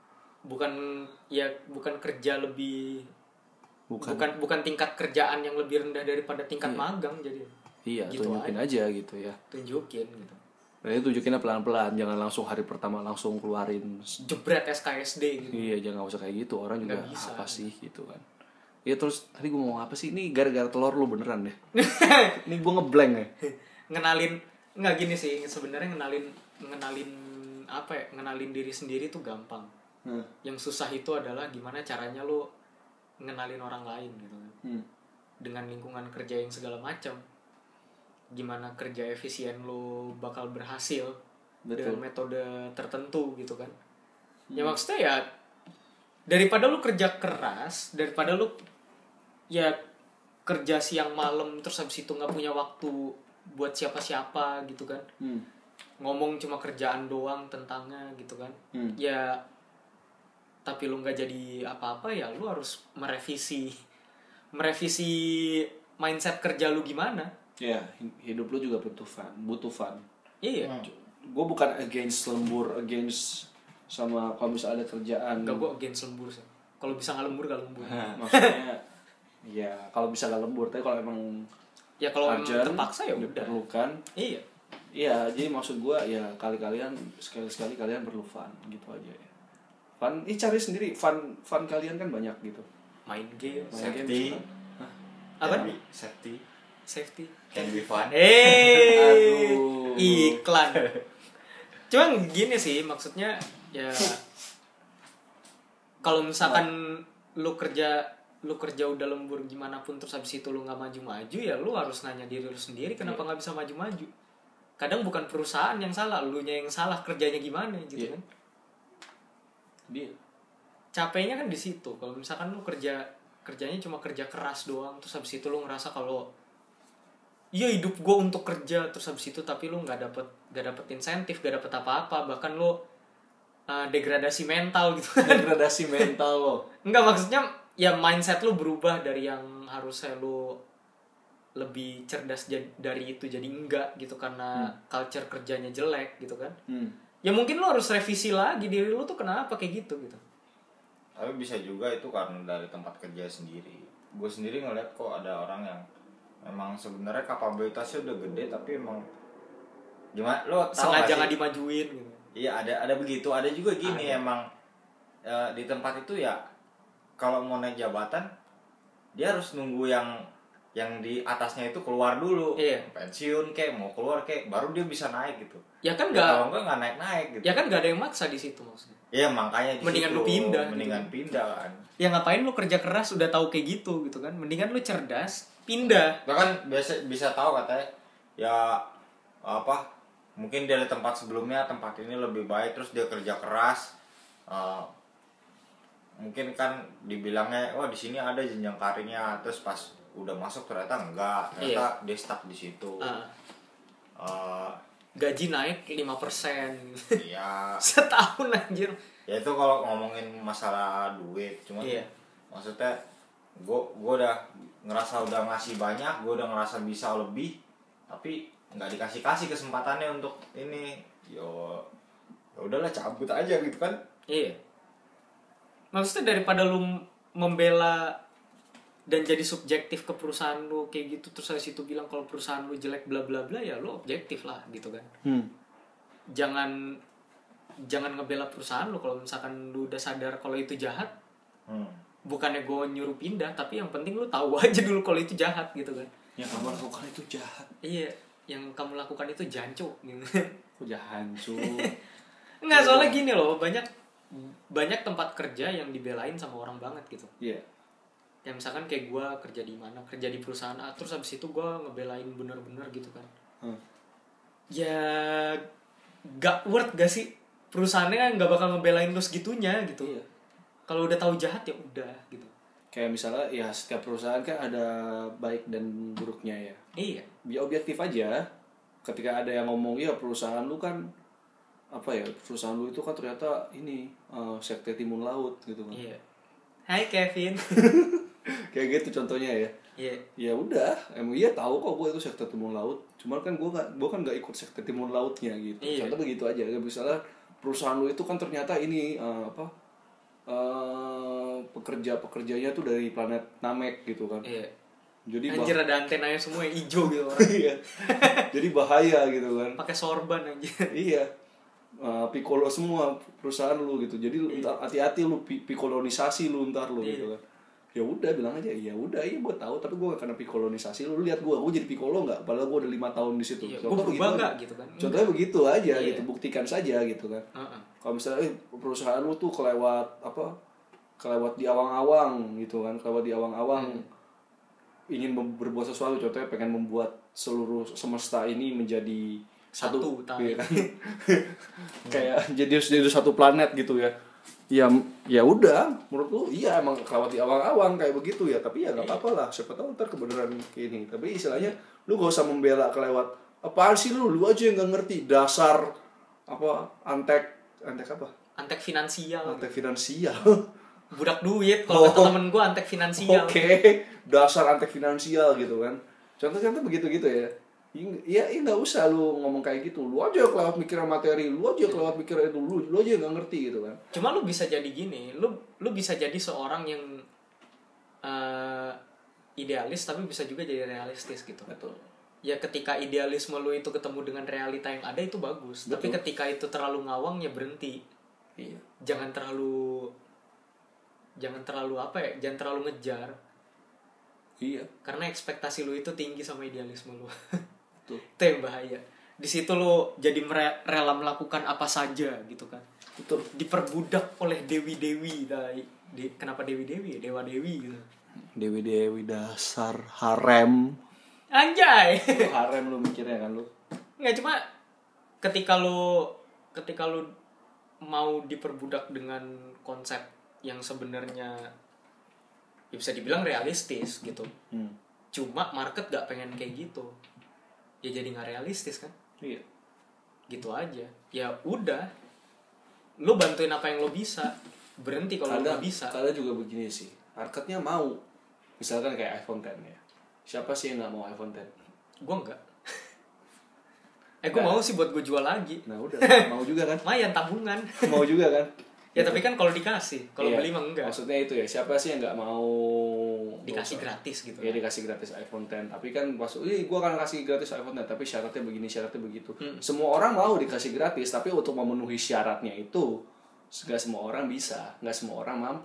kerja lebih, bukan tingkat kerjaan yang lebih rendah daripada tingkat magang jadi. Iya, gitu tunjukin aja gitu ya. Tunjukin gitu. Nah, itu tunjukinnya pelan-pelan, jangan langsung hari pertama langsung keluarin jebret SKSD gitu. Iya, jangan usah kayak gitu, orang juga apa sih gitu kan. Ya terus tadi gue mau apa sih? Ini gara-gara telur lu beneran deh. Ini gue ngeblank ya. Nggak gini sih, sebenarnya ngenalin diri sendiri tuh gampang. Yang susah itu adalah gimana caranya lu ngenalin orang lain gitu kan. Dengan lingkungan kerja yang segala macam. Gimana kerja efisien lu bakal berhasil. Betul. Dengan metode tertentu gitu kan. Ya maksudnya ya daripada lu kerja keras, daripada lu ya kerja siang malam terus habis itu nggak punya waktu buat siapa-siapa gitu kan. Ngomong cuma kerjaan doang tentangnya gitu kan. Ya tapi lu nggak jadi apa-apa, ya lu harus merevisi mindset kerja lu gimana. Ya, hidup lu juga butuh fun. Iya. Gue bukan against lembur, against sama kalau misalnya ada kerjaan. Enggak, gue against lembur sih. Kalau bisa nggak lembur, nggak lembur. Maksudnya ya kalau bisa nggak lembur, tapi kalau emang kalau terpaksa ya udah. Diperlukan. Iya. Iya, jadi maksud gue ya sekali-sekali kalian perlu fun gitu aja ya. Fun, cari sendiri fun kalian kan banyak gitu. Main game, safety. Apa? Safety. Can be fun. Aduh. Iklan. Cuma gini sih, maksudnya ya kalau misalkan lu kerja udah lembur gimana pun terus habis itu lu nggak maju-maju, ya lu harus nanya diri lu sendiri kenapa nggak bisa maju-maju. Kadang bukan perusahaan yang salah, elunya yang salah, kerjanya gimana gitu kan. Dia capeknya kan di situ. Kalau misalkan lu kerjanya cuma kerja keras doang, terus habis itu lu ngerasa kalau iya hidup gue untuk kerja, terus habis itu tapi lu nggak dapet insentif, nggak dapet apa-apa, bahkan lu degradasi mental gitu. Degradasi mental lo. Enggak, maksudnya ya mindset lu berubah dari yang harusnya lu lebih cerdas dari itu jadi enggak gitu karena culture kerjanya jelek gitu kan. Ya mungkin lu harus revisi lagi diri lu tuh kenapa kayak gitu. Tapi bisa juga itu karena dari tempat kerja sendiri. Gue sendiri ngeliat kok ada orang yang memang sebenarnya kapabilitasnya udah gede tapi emang gimana lo tahu sengaja nggak dimajuin gitu. Iya, ada begitu, ada juga gini emang di tempat itu ya kalau mau naik jabatan dia harus nunggu yang yang di atasnya itu keluar dulu. Iya. Pensiun kek, mau keluar kek, baru dia bisa naik gitu. Ya kan Kalau enggak naik-naik gitu. Ya kan nggak ada yang maksa di situ maksudnya. Iya, makanya di Mendingan situ, lu pindah. Mendingan gitu. pindah kan. Ya ngapain lu kerja keras udah tahu kayak gitu kan. Mendingan lu cerdas, pindah. Bahkan bisa tahu katanya ya apa? Mungkin dari tempat sebelumnya tempat ini lebih baik, terus dia kerja keras. Mungkin kan dibilangnya di sini ada jenjang karirnya, terus pas udah masuk ternyata enggak, ternyata dia stuck di situ. Gaji naik 5%. Iya. Setahun anjir. Ya itu kalau ngomongin masalah duit, cuman maksudnya gue udah ngerasa udah ngasih banyak, gue udah ngerasa bisa lebih, tapi nggak dikasih kesempatannya untuk ini. Ya udahlah, cabut aja gitu kan. Iya. Maksudnya daripada lu membela dan jadi subjektif ke perusahaan lu kayak gitu, terus habis itu bilang kalau perusahaan lu jelek bla bla bla, ya lu objektif lah gitu kan. Jangan ngebela perusahaan lu kalau misalkan lu udah sadar kalau itu jahat. Bukannya gue nyuruh pindah, tapi yang penting lu tahu aja dulu kalau itu jahat gitu kan. Yang kamu lakukan itu jahat. Iya, yang kamu lakukan itu jancuk gitu. Kok jancuk? Enggak, soalnya gini loh, banyak tempat kerja yang dibelain sama orang banget gitu. Iya. Ya misalkan kayak gue kerja di mana, kerja di perusahaan A, terus habis itu gue ngebelain bener-bener gitu kan. Ya gak worth gak sih, perusahaannya gak bakal ngebelain lu segitunya gitu. Iya. Kalau udah tahu jahat ya udah gitu. Kayak misalnya ya setiap perusahaan kan ada baik dan buruknya ya. Iya. Biar objektif aja. Ketika ada yang ngomong ya perusahaan lu kan perusahaan lu itu kan ternyata ini sekte timun laut gitu kan. Iya. Hai Kevin. Kayak gitu contohnya ya. Iya. Ya udah, emang iya tahu kok gue itu sekte timun laut. Cuman kan gue kan nggak ikut sekte timun lautnya gitu. Iya. Contoh begitu aja. Misalnya perusahaan lu itu kan ternyata ini pekerjanya tuh dari planet Namek gitu kan. Iya. Jadi anjir ada antenanya semua yang hijau gitu orang. Iya. Jadi bahaya gitu kan. Pakai sorban anjir. Iya. Piccolo semua perusahaan lu gitu. Jadi ntar hati-hati lu pikolonisasi lu ntar lu gitu kan. Ya udah bilang aja, ya udah iya gue tahu tapi gue gak kena pikolonisasi lu lihat gue jadi piccolo nggak, padahal gue udah 5 tahun di situ. Iya, gue berubah nggak gitu kan. Contohnya begitu aja gitu, buktikan saja gitu kan. Kalau misalnya perusahaan lu tuh kelewat di awang-awang gitu kan, kelewat di awang-awang ingin berbuat sesuatu, contohnya pengen membuat seluruh semesta ini menjadi satu ya kan? Kayak jadi satu planet gitu ya. Ya udah, menurut lu iya emang kelewat di awang-awang kayak begitu ya, tapi ya nggak apa-apa lah, siapa tahu ntar kebenaran kayak ini. Tapi istilahnya lu gak usah membela kelewat. Apaan sih lu aja yang nggak ngerti dasar antek apa? Antek finansial. Budak duit kalau kata temen gue, antek finansial. Oke. Dasar antek finansial gitu kan. Contoh-contoh begitu ya. Iya nggak usah lu ngomong kayak gitu. Lu aja kelewat mikirin materi, lu aja kelewat mikirin itu, lu aja nggak ngerti gitu kan. Cuma lu bisa jadi gini, lu bisa jadi seorang yang idealis tapi bisa juga jadi realistis gitu. Betul. Ya ketika idealisme lu itu ketemu dengan realita yang ada itu bagus. Betul. Tapi ketika itu terlalu ngawang ya berhenti. Iya. Jangan terlalu jangan terlalu ngejar. Iya. Karena ekspektasi lu itu tinggi sama idealisme lu. Betul. Itu yang bahaya. Di situ lu jadi rela melakukan apa saja gitu kan. Betul. Diperbudak oleh dewi-dewi. Kenapa dewi-dewi? Dewa-dewi gitu. Dewi-dewi dasar harem. Anjay. Harem lu mikirnya kan lu. Nggak, cuma ketika lu mau diperbudak dengan konsep yang sebenarnya ya bisa dibilang realistis gitu. Cuma market gak pengen kayak gitu. Ya jadi gak realistis kan? Iya. Gitu aja. Ya udah. Lu bantuin apa yang lo bisa. Berhenti kalau lo gak bisa. Kadang juga begini sih. Marketnya mau. Misalkan kayak iPhone X ya. Siapa sih yang gak mau iPhone X? Gue enggak. Gue mau sih buat gue jual lagi. Nah udah. Mau juga kan? Lumayan tabungan. Mau juga kan? Ya tapi kan kalau dikasih, kalau beli mah enggak. Maksudnya itu ya, siapa sih yang nggak mau dikasih gratis gitu? Ya dikasih gratis iPhone X. Tapi kan pas, gue akan kasih gratis iPhone X, tapi syaratnya begini, syaratnya begitu. Semua orang mau dikasih gratis, tapi untuk memenuhi syaratnya itu nggak semua orang bisa, nggak semua orang mampu.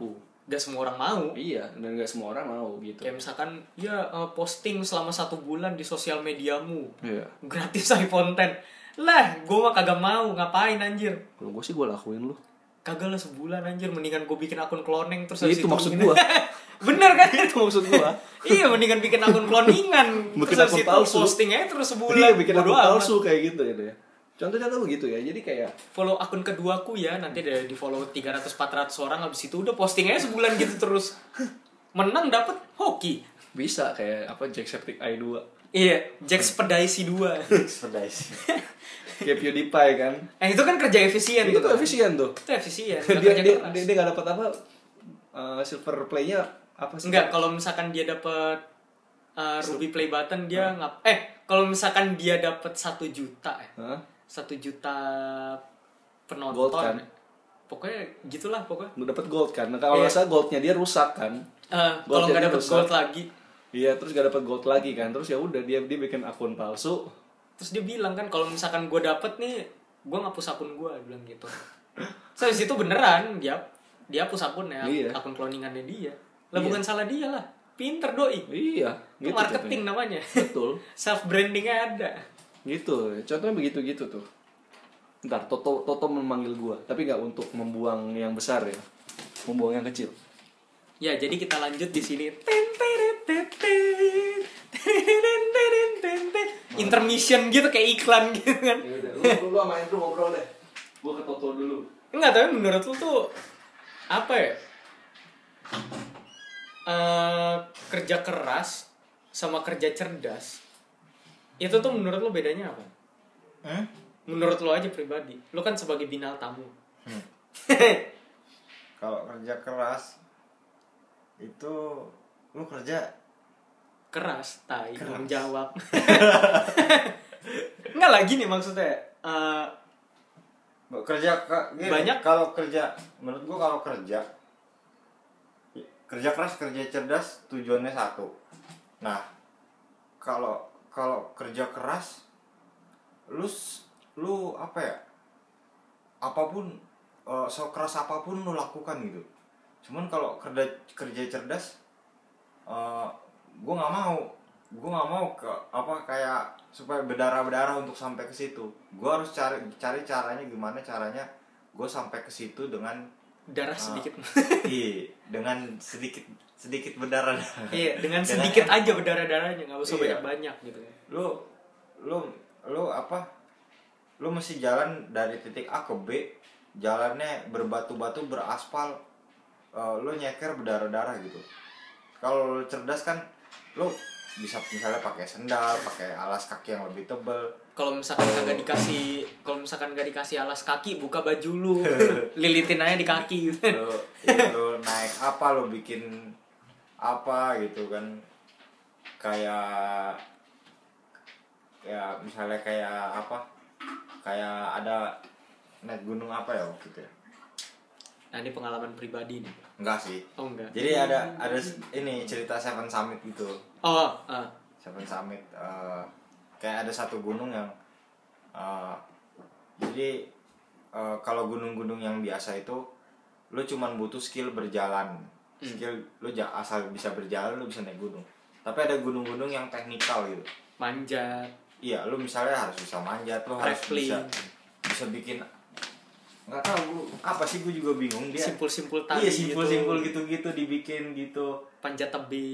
gak semua orang mau. Iya, dan gak semua orang mau gitu. Kayak misalkan posting selama 1 bulan di sosial mediamu, Iya. gratis iPhone 10. Lah, gue mah kagak mau, ngapain anjir? Kalau gue sih gue lakuin lu. Kagak lah, sebulan anjir, mendingan gue bikin akun cloning terus Itu maksud gue. Bener kan? Itu maksud gue. Iya, mendingan bikin akun cloningan. Bikin terus akun itu palsu. posting aja terus sebulan. Iya, bikin akun Bodo amat. palsu kayak gitu ya. Contoh-contoh begitu ya. Jadi kayak Follow akun keduaku ya, nanti ada di follow 300-400 orang, habis itu udah posting aja sebulan gitu terus. Menang dapat hoki. bisa kayak apa Jacksepticeye 2. Iya, Jack Spedicy 2. Sepedais. Kayak PewDiePie kan. Itu kan kerja efisien Itu tuh. efisien tuh. Itu efisien. Dia nggak dapat apa silver play-nya apa sih? Enggak, kalau misalkan dia dapat Ruby Play Button dia kalau misalkan dia dapat 1 juta 1 juta penonton. Gold kan? Pokoknya gitulah pokoknya. Lu dapat gold kan. Nah, kalau nggak salah goldnya dia rusak kan. Kalau nggak dapat gold lagi. Iya, terus gak dapat gold lagi kan. Terus ya udah dia bikin akun palsu. Terus dia bilang kan kalau misalkan gue dapet nih, gue ngapus akun gue, bilang gitu. So itu beneran dia hapus akunnya, Iya. akun cloningannya dia. Lah Iya. bukan salah dia lah, pinter doi. Iya, Itu gitu marketing contohnya. namanya. Betul. Self brandingnya ada. Gitu. Contohnya begitu-gitu tuh. Ntar Toto memanggil gua, tapi nggak untuk membuang yang besar ya. Membuang yang kecil. Ya jadi kita lanjut di sini. Intermission gitu kayak iklan gitu kan. Ya udah, lu sama Andrew ngobrol deh. Gua ke Toto dulu. Enggak, tapi menurut lu tuh apa ya? Kerja keras sama kerja cerdas itu tuh menurut lu bedanya apa? Menurut lu aja pribadi. Lu kan sebagai bintang tamu. Kalau kerja keras itu lu kerja Keras, tai, belum jawab. Enggak lagi nih maksudnya. gini, Banyak. kalau kerja menurut gua kalau kerja keras kerja cerdas tujuannya satu. Nah kalau kerja keras lu apa ya, apapun sekeras apapun lu lakukan gitu. Cuman kalau kerja cerdas gue nggak mau ke apa kayak supaya berdarah untuk sampai ke situ. Gue harus cari caranya, gimana caranya gue sampai ke situ dengan darah sedikit. iya, dengan sedikit berdarah. Iya, dengan sedikit aja berdarah-darahnya, nggak usah Iya. banyak-banyak gitu. Lu apa? Lu mesti jalan dari titik A ke B, jalannya berbatu-batu, beraspal, lu nyeker berdarah-darah gitu. Kalau lu cerdas kan lu bisa misalnya pakai sendal, pakai alas kaki yang lebih tebal. Kalau misalkan nggak dikasih alas kaki, buka baju lu, lilitin aja di kaki gitu. Lu naik apa, lu bikin apa gitu kan, kayak ya misalnya kayak apa, kayak ada naik gunung apa ya waktu itu ya. Nah ini pengalaman pribadi nih. Enggak sih. Oh enggak. Jadi ada ini cerita Seven Summit gitu. Seven Summit kayak ada satu gunung yang jadi kalau gunung-gunung yang biasa itu lu cuman butuh skill berjalan. Skill lu asal bisa berjalan lu bisa naik gunung. Tapi ada gunung-gunung yang teknikal gitu. Manjat. Iya, lu misalnya harus bisa manjat, lu harus bisa bikin nggak tahu apa sih, gue juga bingung dia. Simpul-simpul tadi. Iya, simpul-simpul gitu dibikin gitu. Panjat tebing.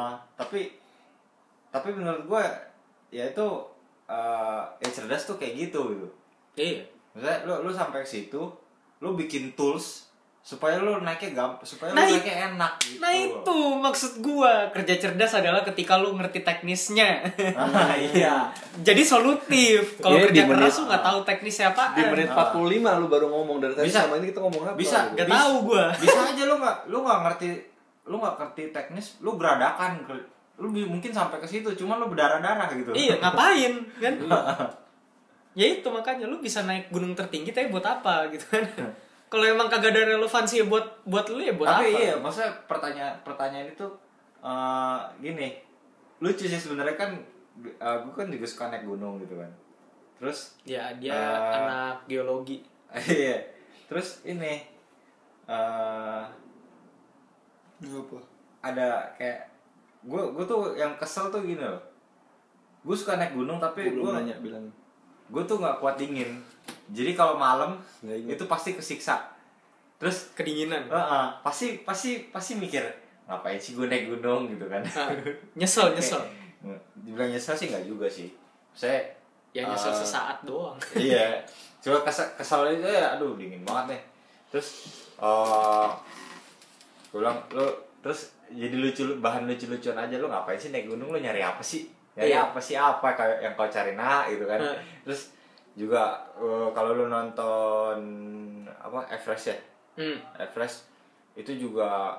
Tapi menurut gue ya itu ya cerdas tuh kayak gitu. Iya. Misalnya lu sampai ke situ, lu bikin tools supaya lu naiknya gampang, supaya Nah, lu naiknya enak gitu. Nah itu maksud gua, kerja cerdas adalah ketika lu ngerti teknisnya. Iya. Jadi solutif. Kalau Iya, kerja di keras menit- lu nggak tahu teknisnya apaan. Di menit 45 lu baru ngomong, dari tadi Bisa. sama ini kita ngomong apa? Bisa. gitu. Nggak tahu gua. Bisa aja lu nggak ngerti teknis, lu geradakan, lu mungkin sampai ke situ, cuman lu berdarah-darah gitu. Iya, ngapain kan? Ya itu makanya lu bisa naik gunung tertinggi tapi buat apa gitu kan? Kalau emang kagak ada relevansi buat lu ya buat Tapi apa? iya, maksudnya pertanyaan itu gini, lucu sih sebenarnya kan, gue kan juga suka naik gunung gitu kan. Terus Ya dia anak geologi. iya, terus ini Apa? Ada kayak gue tuh yang kesel tuh gini loh. Gue suka naik gunung tapi gue nanya bilang. Gue tuh nggak kuat dingin. Jadi kalau malam itu pasti kesiksa. Terus kedinginan. Pasti mikir ngapain sih gue naik gunung gitu kan. Nyesel. Dibilang nyesel sih nggak juga sih. Saya ya nyesel sesaat doang. Iya. Cuma kesal itu ya, aduh dingin banget nih. Terus gue bilang lo terus jadi bahan lucu-lucuan aja, lo ngapain sih naik gunung, lo nyari apa sih? Apa kayak yang kau cari gitu kan. Terus juga kalau lo nonton apa Everest ya? Everest itu juga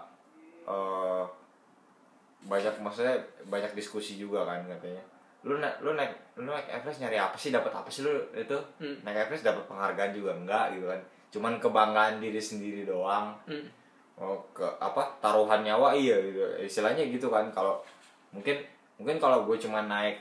maksudnya banyak diskusi juga kan katanya. Lu naik Everest nyari apa sih, dapat apa sih lu itu? Naik Everest dapat penghargaan juga enggak gitu kan. Cuman kebanggaan diri sendiri doang. Taruhan nyawa iya gitu. Istilahnya gitu kan. Kalau mungkin kalau gue cuma naik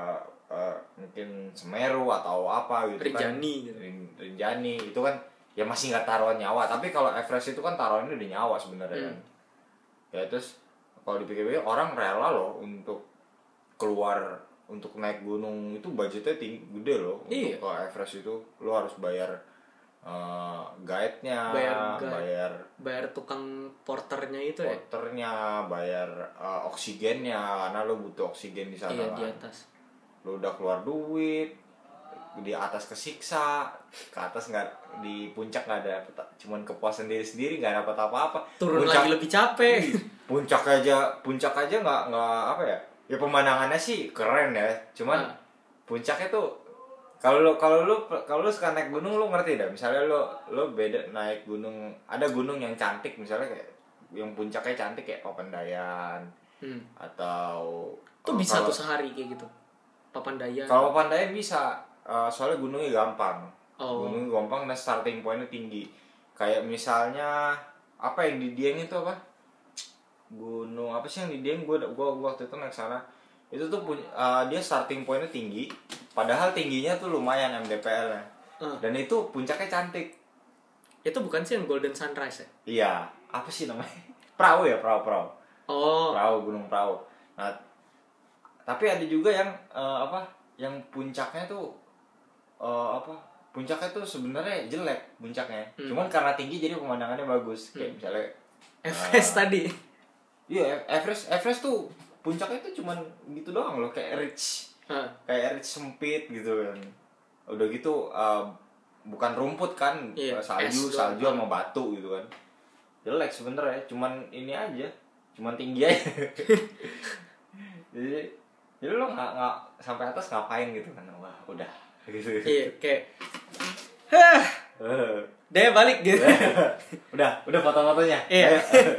mungkin Semeru atau apa gitu Rinjani kan. Rinjani itu kan ya masih nggak taruhan nyawa, tapi kalau Everest itu kan taruhannya udah nyawa sebenarnya kan. Ya terus kalau dipikir-pikir orang rela loh untuk keluar untuk naik gunung itu budgetnya gede loh. Untuk ke Everest itu lo harus bayar guide-nya, bayar tukang porternya itu bayar oksigennya karena lo butuh oksigen di sana. Iya, kan. di atas. Lo udah keluar duit, di atas kesiksa, ke atas nggak, di puncak nggak ada, cuman kepuasan diri sendiri, nggak dapat apa-apa. Turun lagi lebih capek. Puncak aja nggak apa ya? Ya pemandangannya sih keren ya, cuman puncaknya tuh kalau lu suka naik gunung lu ngerti dah. Misalnya lu beda naik gunung, ada gunung yang cantik misalnya kayak yang puncaknya cantik kayak Papandayan atau tuh bisa tuh sehari kayak gitu. Papandayan. Kalau Papandayan bisa, soalnya gunungnya gampang. Gunungnya gampang dan starting pointnya tinggi. Kayak misalnya apa yang di Dieng itu apa? Gunung apa sih yang di Dieng? Gua waktu itu naik sana. Itu tuh dia starting pointnya tinggi, padahal tingginya tuh lumayan MDPL-nya. Dan itu puncaknya cantik. Itu bukan sih yang Golden Sunrise ya? Iya, apa sih namanya? Perahu ya, perahu. Perahu, gunung perahu. Nah, tapi ada juga yang yang puncaknya tuh puncaknya tuh sebenarnya jelek puncaknya. Cuman karena tinggi jadi pemandangannya bagus. Kayak misalnya Everest tadi. Iya, Everest tuh puncaknya tuh cuman gitu doang loh, kayak ridge. Kayak ridge sempit gitu kan. Udah gitu bukan rumput kan, salju sama batu gitu kan. Jelek sebenarnya, cuman ini aja, cuman tinggi aja. jadi lo nggak sampai atas ngapain gitu kan. Wah, udah gitu. Iya, kayak dia balik gitu. udah foto-fotonya. Iya.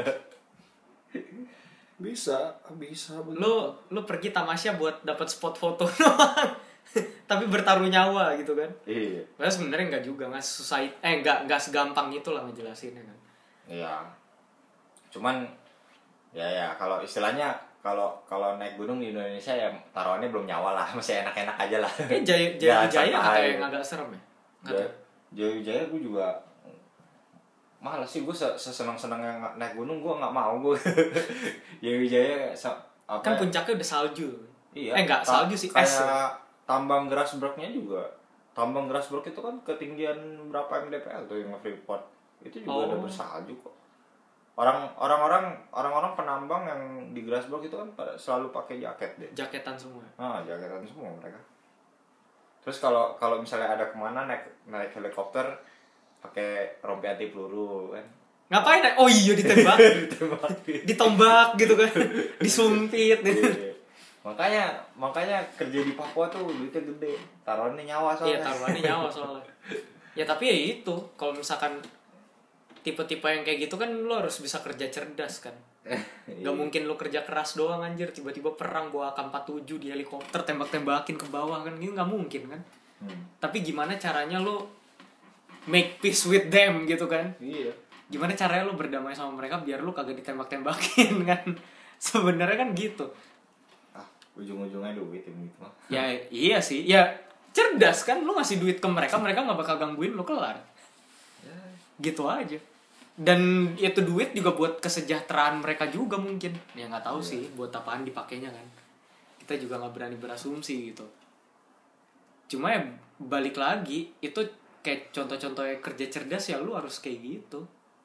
Bisa lu pergi tamasya buat dapat spot foto doang. Tapi bertaruh nyawa gitu kan. Iya. Padahal sebenarnya enggak juga, enggak segampang itulah ngejelasinnya kan. Iya. Cuman ya kalau istilahnya kalau naik gunung di Indonesia ya taruhannya belum nyawa lah, masih enak-enak aja lah. Jaya kata yang agak serem ya. Jaya gue juga malas sih, gue sesenang-senang yang naik gunung gue nggak mau gue. Jaya kan puncaknya udah salju. Iya. Enggak salju sih, es. Kayak Tambang Grasberg-nya juga. Tambang Grasberg itu kan ketinggian berapa mdpl tuh yang Freeport. Itu juga udah bersalju kok. Orang-orang penambang yang di Grasberg itu kan selalu pakai jaket deh. Jaketan semua. Jaketan semua mereka. Terus kalau misalnya ada kemana naik helikopter pakai rompi anti peluru kan. Ngapain? Oh iya, ditembak. Ditombak gitu kan. Disumpit. Makanya kerja di Papua tuh duitnya gede. Taruhannya nyawa soalnya. Iya, taruhannya nyawa soalnya. Ya tapi ya itu, kalau misalkan tipe-tipe yang kayak gitu kan lo harus bisa kerja cerdas kan. Gak mungkin lo kerja keras doang anjir, tiba-tiba perang bawa AK-47 di helikopter tembak-tembakin ke bawah kan, gitu gak mungkin kan. Tapi gimana caranya lo make peace with them gitu kan. Iya. Gimana caranya lo berdamai sama mereka biar lo kagak ditembak-tembakin kan. Sebenarnya kan gitu. Ujung-ujungnya duit yang gitu mah. Ya iya sih, ya cerdas kan, lo ngasih duit ke mereka gak bakal gangguin lo, kelar. Gitu aja. Dan itu duit juga buat kesejahteraan mereka juga mungkin. Ya nggak tahu sih buat apaan dipakainya kan. Kita juga nggak berani berasumsi gitu. Cuma ya balik lagi itu kayak contoh-contohnya kerja cerdas ya lu harus kayak gitu.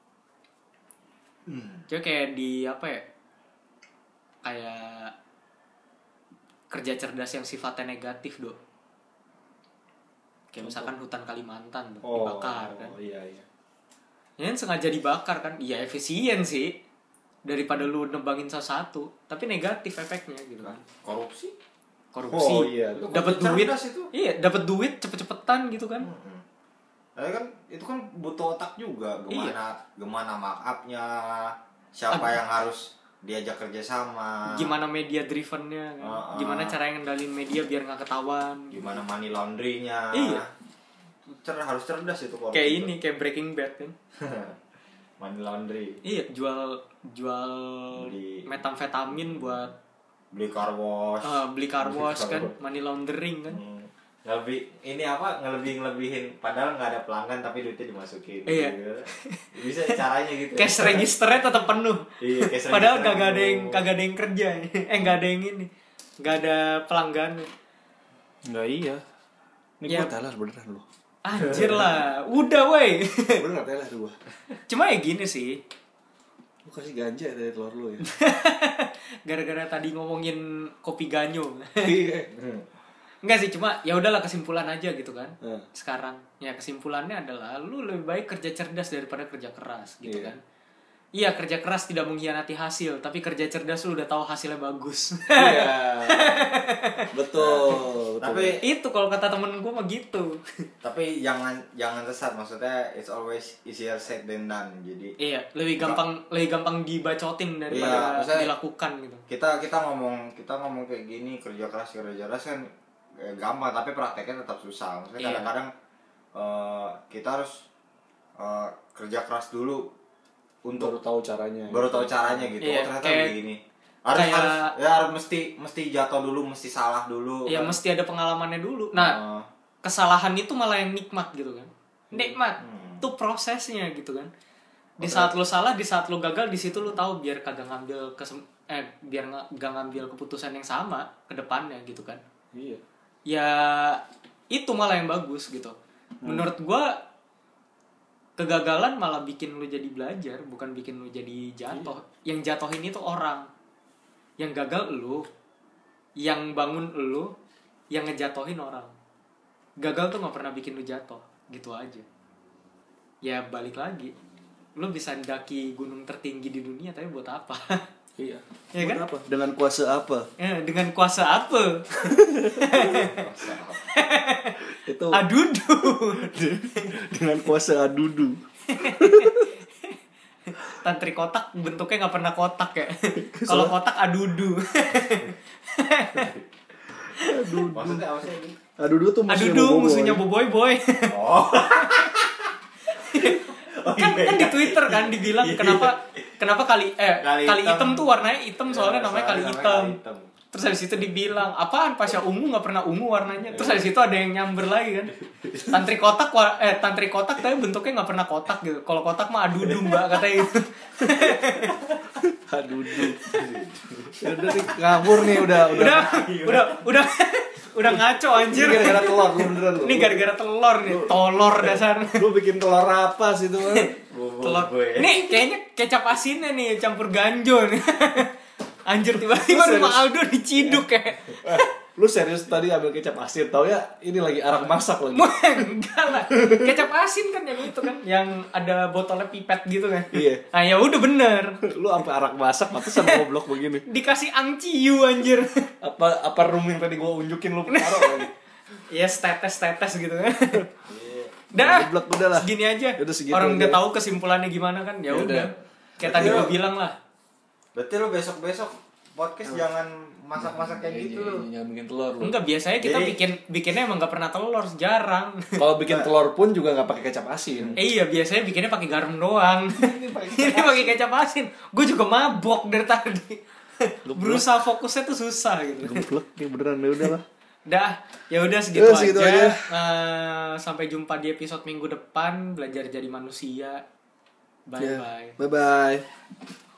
Jadi kayak di apa ya? Kayak kerja cerdas yang sifatnya negatif, Do. Kayak misalkan hutan Kalimantan tuh, dibakar kan. Oh iya iya. Ya sengaja dibakar kan. Iya efisien sih. Daripada lu nebangin salah satu, tapi negatif efeknya gitu kan. Korupsi. Oh iya. Dapat duit. Itu. Iya, dapat duit cepet-cepetan gitu kan. Tapi kan itu kan butuh otak juga. Gimana markup-nya, siapa yang harus diajak kerja sama, gimana media drivennya kan? Gimana cara yang ngendalin media biar nggak ketahuan, gimana money laundry-nya. Iya, harus cerdas itu kalau kayak gitu. ini kayak Breaking Bad kan. Money laundry, iya, jual metamfetamin buat beli car wash, beli car wash kan, money laundering kan. ngelebihin padahal nggak ada pelanggan tapi duitnya dimasukin. Iya. Gitu. Bisa caranya gitu. Cash registernya tetap penuh. Iya, cash padahal register kagak ada yang kerja. Nggak ada yang ini. Nggak ada pelanggan. Nggak iya. Ini Ya. gue teler beneran lu. Anjir lah. Udah woi. Bener teler gue. Cuma ya gini sih. Lu kasih ganja dari telur lu ya. Gara-gara tadi ngomongin kopi ganyo. Iya. Enggak sih, cuma ya udahlah kesimpulan aja gitu kan. Hmm. Sekarang ya kesimpulannya adalah lu lebih baik kerja cerdas daripada kerja keras gitu Iya. kan. Iya, kerja keras tidak mengkhianati hasil, tapi kerja cerdas lu udah tahu hasilnya bagus. Iya. Betul. Tapi Itu kalau kata temen gue mah gitu. tapi jangan sesat, maksudnya it's always easier said than done. Jadi Iya, lebih gampang dibacotin Iya, daripada maksudnya dilakukan gitu. kita ngomong kayak gini, kerja keras kan gampang, tapi prakteknya tetap susah. Maksudnya Iya. kadang-kadang kita harus kerja keras dulu untuk baru tahu caranya gitu. Iya, Ternyata kayak- begini. Harus kayak- mesti jatuh dulu, mesti salah dulu. Iya, kan. mesti ada pengalamannya dulu. Nah, kesalahan itu malah yang nikmat gitu kan. Nikmat itu prosesnya gitu kan. Di saat lu salah, di saat lu gagal, di situ lu tahu biar kagak ngambil biar nggak ngambil keputusan yang sama ke depannya gitu kan. Iya. Ya itu malah yang bagus gitu. Menurut gua kegagalan malah bikin lu jadi belajar, bukan bikin lu jadi jatuh. Yang jatuhin itu orang. Yang gagal lu, yang bangun lu, yang ngejatuhin orang. Gagal tuh nggak pernah bikin lu jatuh, gitu aja. Ya balik lagi, lu bisa daki gunung tertinggi di dunia, tapi buat apa? Iya. Ya kan? Buat apa? Dengan kuasa apa? Ya, dengan kuasa apa? Itu Adudu. dengan kuasa adudu. Tantri kotak bentuknya nggak pernah kotak ya. Kalau kotak adudu. Maksudnya apa sih ini? Adudu tuh Musuhnya Boboiboy Boy. Oh. kan di Twitter kan dibilang kenapa kali hitam tuh warnanya hitam soalnya namanya kali hitam. Terus habis itu dibilang apaan Pasha ungu nggak pernah ungu warnanya. Terus habis itu ada yang nyamber lagi kan. Tantri kotak tapi bentuknya nggak pernah kotak gitu. Kalau kotak mah adudu mbak katanya gitu. Adudu. Ya udah nih ngabur nih udah ngaco anjir. Ini gara-gara telur lu beneran lu. Ini gara-gara telur nih, tolor dasar. Lu bikin telur apa sih itu kan? Telur. Nih kayaknya kecap asinnya nih campur ganjo nih. Anjir tiba-tiba rumah Aldo diciduk ya. Lu serius tadi ambil kecap asin, tau ya ini lagi arak masak lagi. Enggak lah. Kecap asin kan yang itu kan, yang ada botolnya pipet gitu kan. Iya. Nah ya udah bener. Lu sampai arak masak pantesan goblok begini. Dikasih angciu anjir. Apa room yang tadi gua unjukin lu taruh lagi. Ya tetes gitu kan. Dah. Goblok udah lah. Segini aja. Udah segitu Orang aja. udah tahu kesimpulannya gimana kan. Ya udah. Kayak tadi gua bilang lah. Berarti lu besok podcast jangan masak-masak kayak gitu lu. Jangan bikin telur lu. Enggak, biasanya kita bikinnya emang gak pernah telur, jarang. Kalau bikin telur pun juga nggak pakai kecap asin. Iya, biasanya bikinnya pakai garam doang. Ini pakai kecap asin. Gue juga mabok dari tadi. Berusaha fokusnya tuh susah gitu. Goblok nih beneran udah lah. Dah, ya udah segitu Segitu aja. aja. Sampai jumpa di episode minggu depan. Belajar jadi manusia. Bye bye. Bye bye.